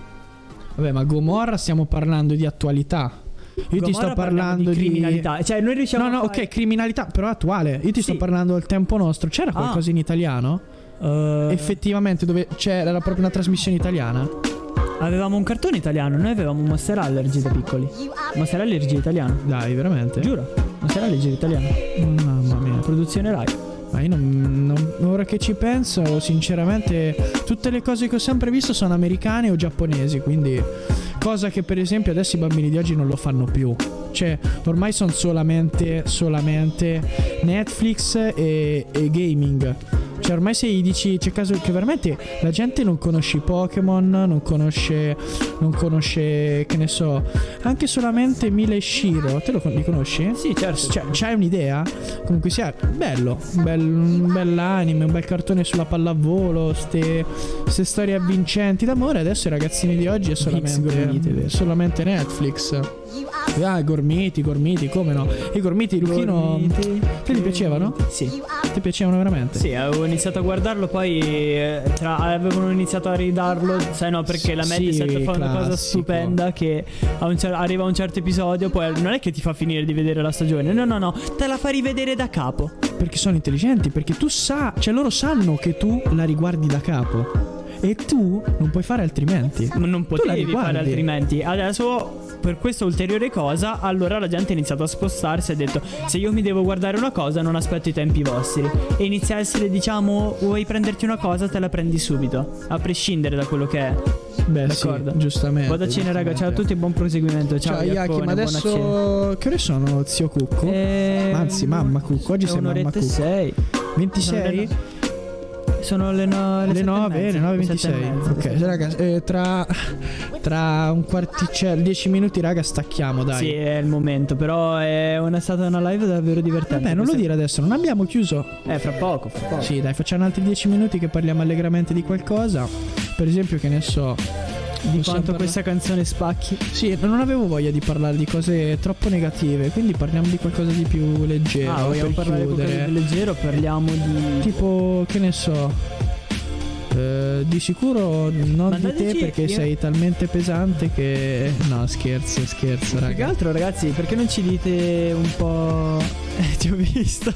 Vabbè, ma Gomorra stiamo parlando di attualità. Io Gomorra ti sto parlando di di criminalità. Cioè noi riusciamo No, no, a fare... ok, criminalità, però attuale. Io ti Sì. sto parlando del tempo nostro. C'era qualcosa Ah. in italiano? Uh, Effettivamente, dove c'era proprio una trasmissione italiana? avevamo un cartone italiano. Noi avevamo un Monster Allergy da piccoli. Monster Allergy italiano. Dai, veramente? Giuro. Monster Allergy italiano. Mamma mia. Produzione Rai. Ma io non, non- ora che ci penso, sinceramente, tutte le cose che ho sempre visto sono americane o giapponesi, quindi cosa che per esempio adesso i bambini di oggi non lo fanno più. Cioè, ormai sono solamente solamente Netflix e, e gaming. Cioè, ormai se gli dici, c'è caso che veramente la gente non conosce i Pokémon, non conosce non conosce, che ne so, anche solamente Mila e Shiro. Te lo con- li conosci? Sì, certo. Cioè, c'hai un'idea? Comunque sia bello, un bel, un bell'anime, un bel cartone sulla pallavolo, ste, ste storie avvincenti d'amore. Adesso i ragazzini di oggi è solamente, Gormiti, vero. solamente Netflix. Ah, Gormiti, Gormiti, come no? I Gormiti, Luchino, Gormiti, te ti piacevano? Sì. Ti piacevano veramente? Sì, avevo iniziato a guardarlo, poi eh, tra, avevano iniziato a ridarlo, sai no, perché la Mediaset Sì, fa una cosa classico. stupenda che a un cer- arriva a un certo episodio, poi non è che ti fa finire di vedere la stagione, no no no, te la fa rivedere da capo. Perché sono intelligenti, perché tu sa, cioè loro sanno che tu la riguardi da capo e tu non puoi fare altrimenti. Ma non Tu la potevi riguardi. fare altrimenti. Adesso per questa ulteriore cosa, allora la gente ha iniziato a spostarsi e ha detto se io mi devo guardare una cosa non aspetto i tempi vostri. E inizia a essere diciamo vuoi prenderti una cosa te la prendi subito, a prescindere da quello che è. Beh, D'accordo. sì, giustamente. Vado a cena raga, ciao a tutti, buon proseguimento. Ciao, Ciao Iaki, Iaccone, ma buona cena. adesso che ore sono, zio Cucco? Eh, Anzi, mamma Cucco, oggi è sei mamma un'oretta e Cucco. sei. ventisei? Sono le, no, le, Le sette e nove, mezza, le nove e sette e ventisei. mezza, Ok, sì. raga, eh, tra tra un quarticello, dieci minuti, raga, stacchiamo, dai. Sì, è il momento, però è una, è stata una live davvero divertente. Vabbè, non lo Questa- dire adesso, non abbiamo chiuso. Eh, fra poco, fra poco. Sì, dai, facciamo altri dieci minuti che parliamo allegramente di qualcosa. Per esempio, che ne so, Di quanto parlare? questa canzone spacchi. Sì, non avevo voglia di parlare di cose troppo negative, quindi parliamo di qualcosa di più leggero. Ah, vogliamo per parlare di chiudere. qualcosa di leggero? Parliamo di... Tipo, che ne so. Eh, di sicuro non di te, Mandateci- perché io- sei talmente pesante che... No, scherzo, scherzo, Più che raga. altro, ragazzi, perché non ci dite un po'... Eh, ti ho visto.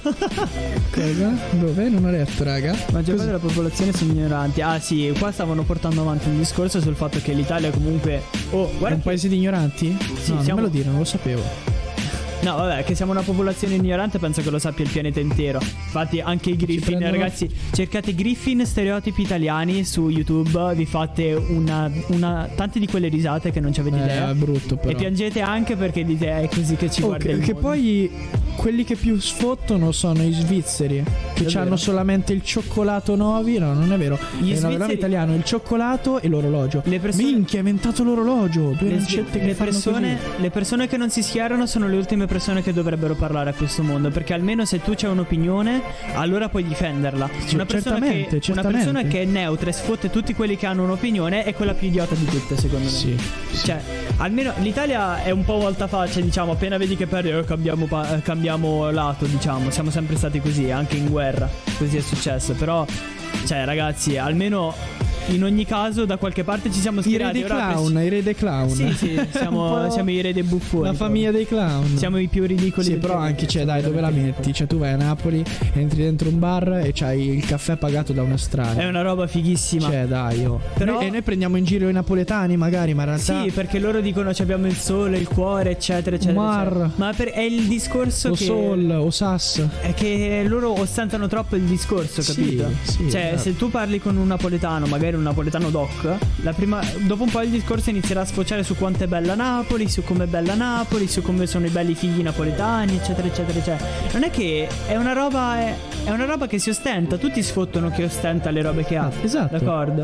Cosa? Dove? Non ho letto, raga. La maggior parte Così. della popolazione sono ignoranti. Ah sì, qua stavano portando avanti un discorso sul fatto che l'Italia comunque... Oh, È guarda un che- paese di ignoranti? Sì, no, non siamo- me lo dire, non lo sapevo. No, vabbè, che siamo una popolazione ignorante, penso che lo sappia il pianeta intero. Infatti anche i Griffin, prendono- ragazzi, cercate Griffin stereotipi italiani su YouTube, vi fate una, una tante di quelle risate che non ci avete Eh, idea. è brutto però. E piangete anche perché dite è così che ci Oh, guarda che, il che mondo. poi quelli che più sfottono sono i svizzeri, che È hanno vero. solamente il cioccolato Novi. No, non è vero. Gli È una svizzeri- roba italiano, il cioccolato e l'orologio. Le persone- Minchia, ha inventato l'orologio. Due Le, lancette che le fanno persone, così. le persone che non si schierano sono le ultime persone che dovrebbero parlare a questo mondo, perché almeno se tu c'hai un'opinione allora puoi difenderla. Sì, una, persona certamente, che, una certamente. persona che è neutra e sfotte tutti quelli che hanno un'opinione è quella più idiota di tutte, secondo me. Sì, sì. Cioè, almeno l'Italia è un po' voltafaccia, diciamo, appena vedi che perdi eh, cambiamo, pa- eh, cambiamo lato, diciamo. Siamo sempre stati così, anche in guerra. Così è successo. Però, cioè, ragazzi, almeno in ogni caso da qualche parte ci siamo I re schierati. dei Ora clown, per- i re dei clown. Sì, sì, Un siamo, po' siamo i re dei buffoni. La famiglia dei clown. Siamo i più ridicoli. Sì, del però pianeta. anche, cioè, dai, dove la metti? Cioè, tu vai a Napoli, entri dentro un bar e c'hai il caffè pagato da una strada. È una roba fighissima. Cioè, dai, oh. Però- Noi- e noi prendiamo in giro i napoletani, magari, ma in realtà. Sì, perché loro dicono ci abbiamo il sole, il cuore, eccetera, eccetera. Mar. eccetera. Ma per- è il discorso o che Sol, o Sass. è che loro ostentano troppo il discorso, Sì, capito? sì, cioè, certo. se tu parli con un napoletano, magari un napoletano doc, la prima dopo un po' il discorso inizierà a sfociare su quanto è bella Napoli, su come è bella Napoli, su come sono i belli figli napoletani, eccetera, eccetera, eccetera. Non è che è una roba è, è una roba che si ostenta, tutti sfottono chi ostenta le robe che ha. Esatto. D'accordo?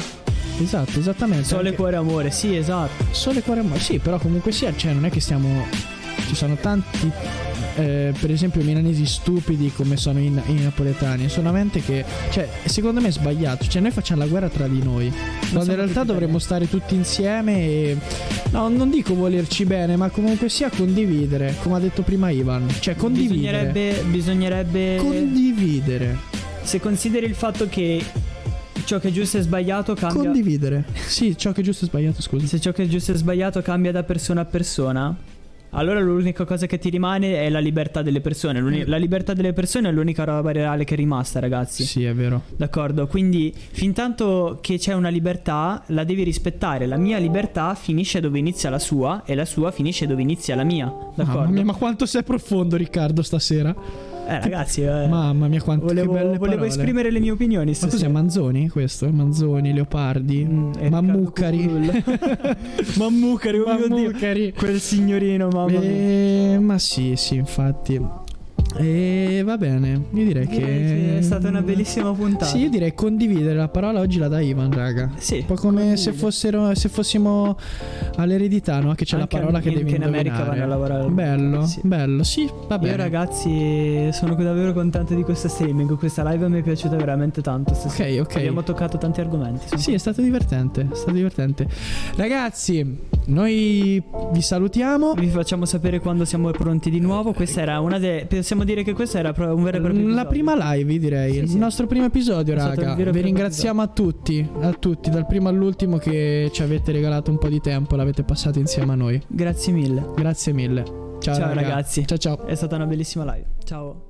Esatto, esattamente. Sole, Anche- cuore, amore, sì, esatto. Sole, cuore, amore. Sì, però comunque sia, cioè, non è che stiamo. Ci sono tanti. eh, per esempio, milanesi stupidi come sono i, i napoletani. Solamente che, cioè, secondo me è sbagliato. Cioè, noi facciamo la guerra tra di noi. Quando siamo in realtà tutti dovremmo italiani. stare tutti insieme e. No, non dico volerci bene, ma comunque sia condividere. Come ha detto prima Ivan. Cioè, condividere. Bisognerebbe bisognerebbe Condividere. se consideri il fatto che ciò che è giusto e sbagliato cambia. Condividere. Sì, ciò che è giusto e sbagliato, scusa. Se ciò che è giusto e sbagliato cambia da persona a persona, allora l'unica cosa che ti rimane è la libertà delle persone. L'uni- La libertà delle persone è l'unica roba reale che è rimasta, ragazzi. Sì, è vero. D'accordo? Quindi, fin tanto che c'è una libertà, la devi rispettare. La mia libertà finisce dove inizia la sua, e la sua finisce dove inizia la mia. D'accordo? Mamma mia, ma quanto sei profondo, Riccardo, stasera. Eh, ragazzi, eh, Mamma mia, quanto volevo, che belle volevo parole. esprimere le mie opinioni. Ma cos'è, stasera. Manzoni questo? Manzoni, Leopardi, Mm, e Mammucari. Riccardo Mammucari, oh mio Dio. Mammucari. Quel signorino, mamma mia. Eh, ma sì, sì, infatti. E va bene, io direi, Direi che è stata una bellissima puntata. Sì, io direi condividere la parola oggi la dà Ivan, raga. Sì, Un po' come condivide. se fossero se fossimo all'eredità, no? Che c'è Anche la parola che in- devi che in America indovinare. vanno a lavorare. Bello, Sì. bello, sì, va bene. Io ragazzi sono davvero contento di questo streaming. Questa live mi è piaciuta veramente tanto stasera. Ok, ok. Abbiamo toccato tanti argomenti. sono Sì, è stato divertente, è stato divertente. Ragazzi, noi vi salutiamo. Vi facciamo sapere quando siamo pronti di nuovo. Questa era una delle. Possiamo dire che questo era pro- un vero e proprio La episodio. prima live, direi. Sì, Il sì. nostro primo episodio, È stato raga. il vero e Vi proprio ringraziamo a tutti, a tutti, dal primo all'ultimo, che ci avete regalato un po' di tempo, l'avete passato insieme a noi. Grazie mille. Grazie mille. Ciao, Ciao, raga. ragazzi. Ciao ciao. È stata una bellissima live. Ciao.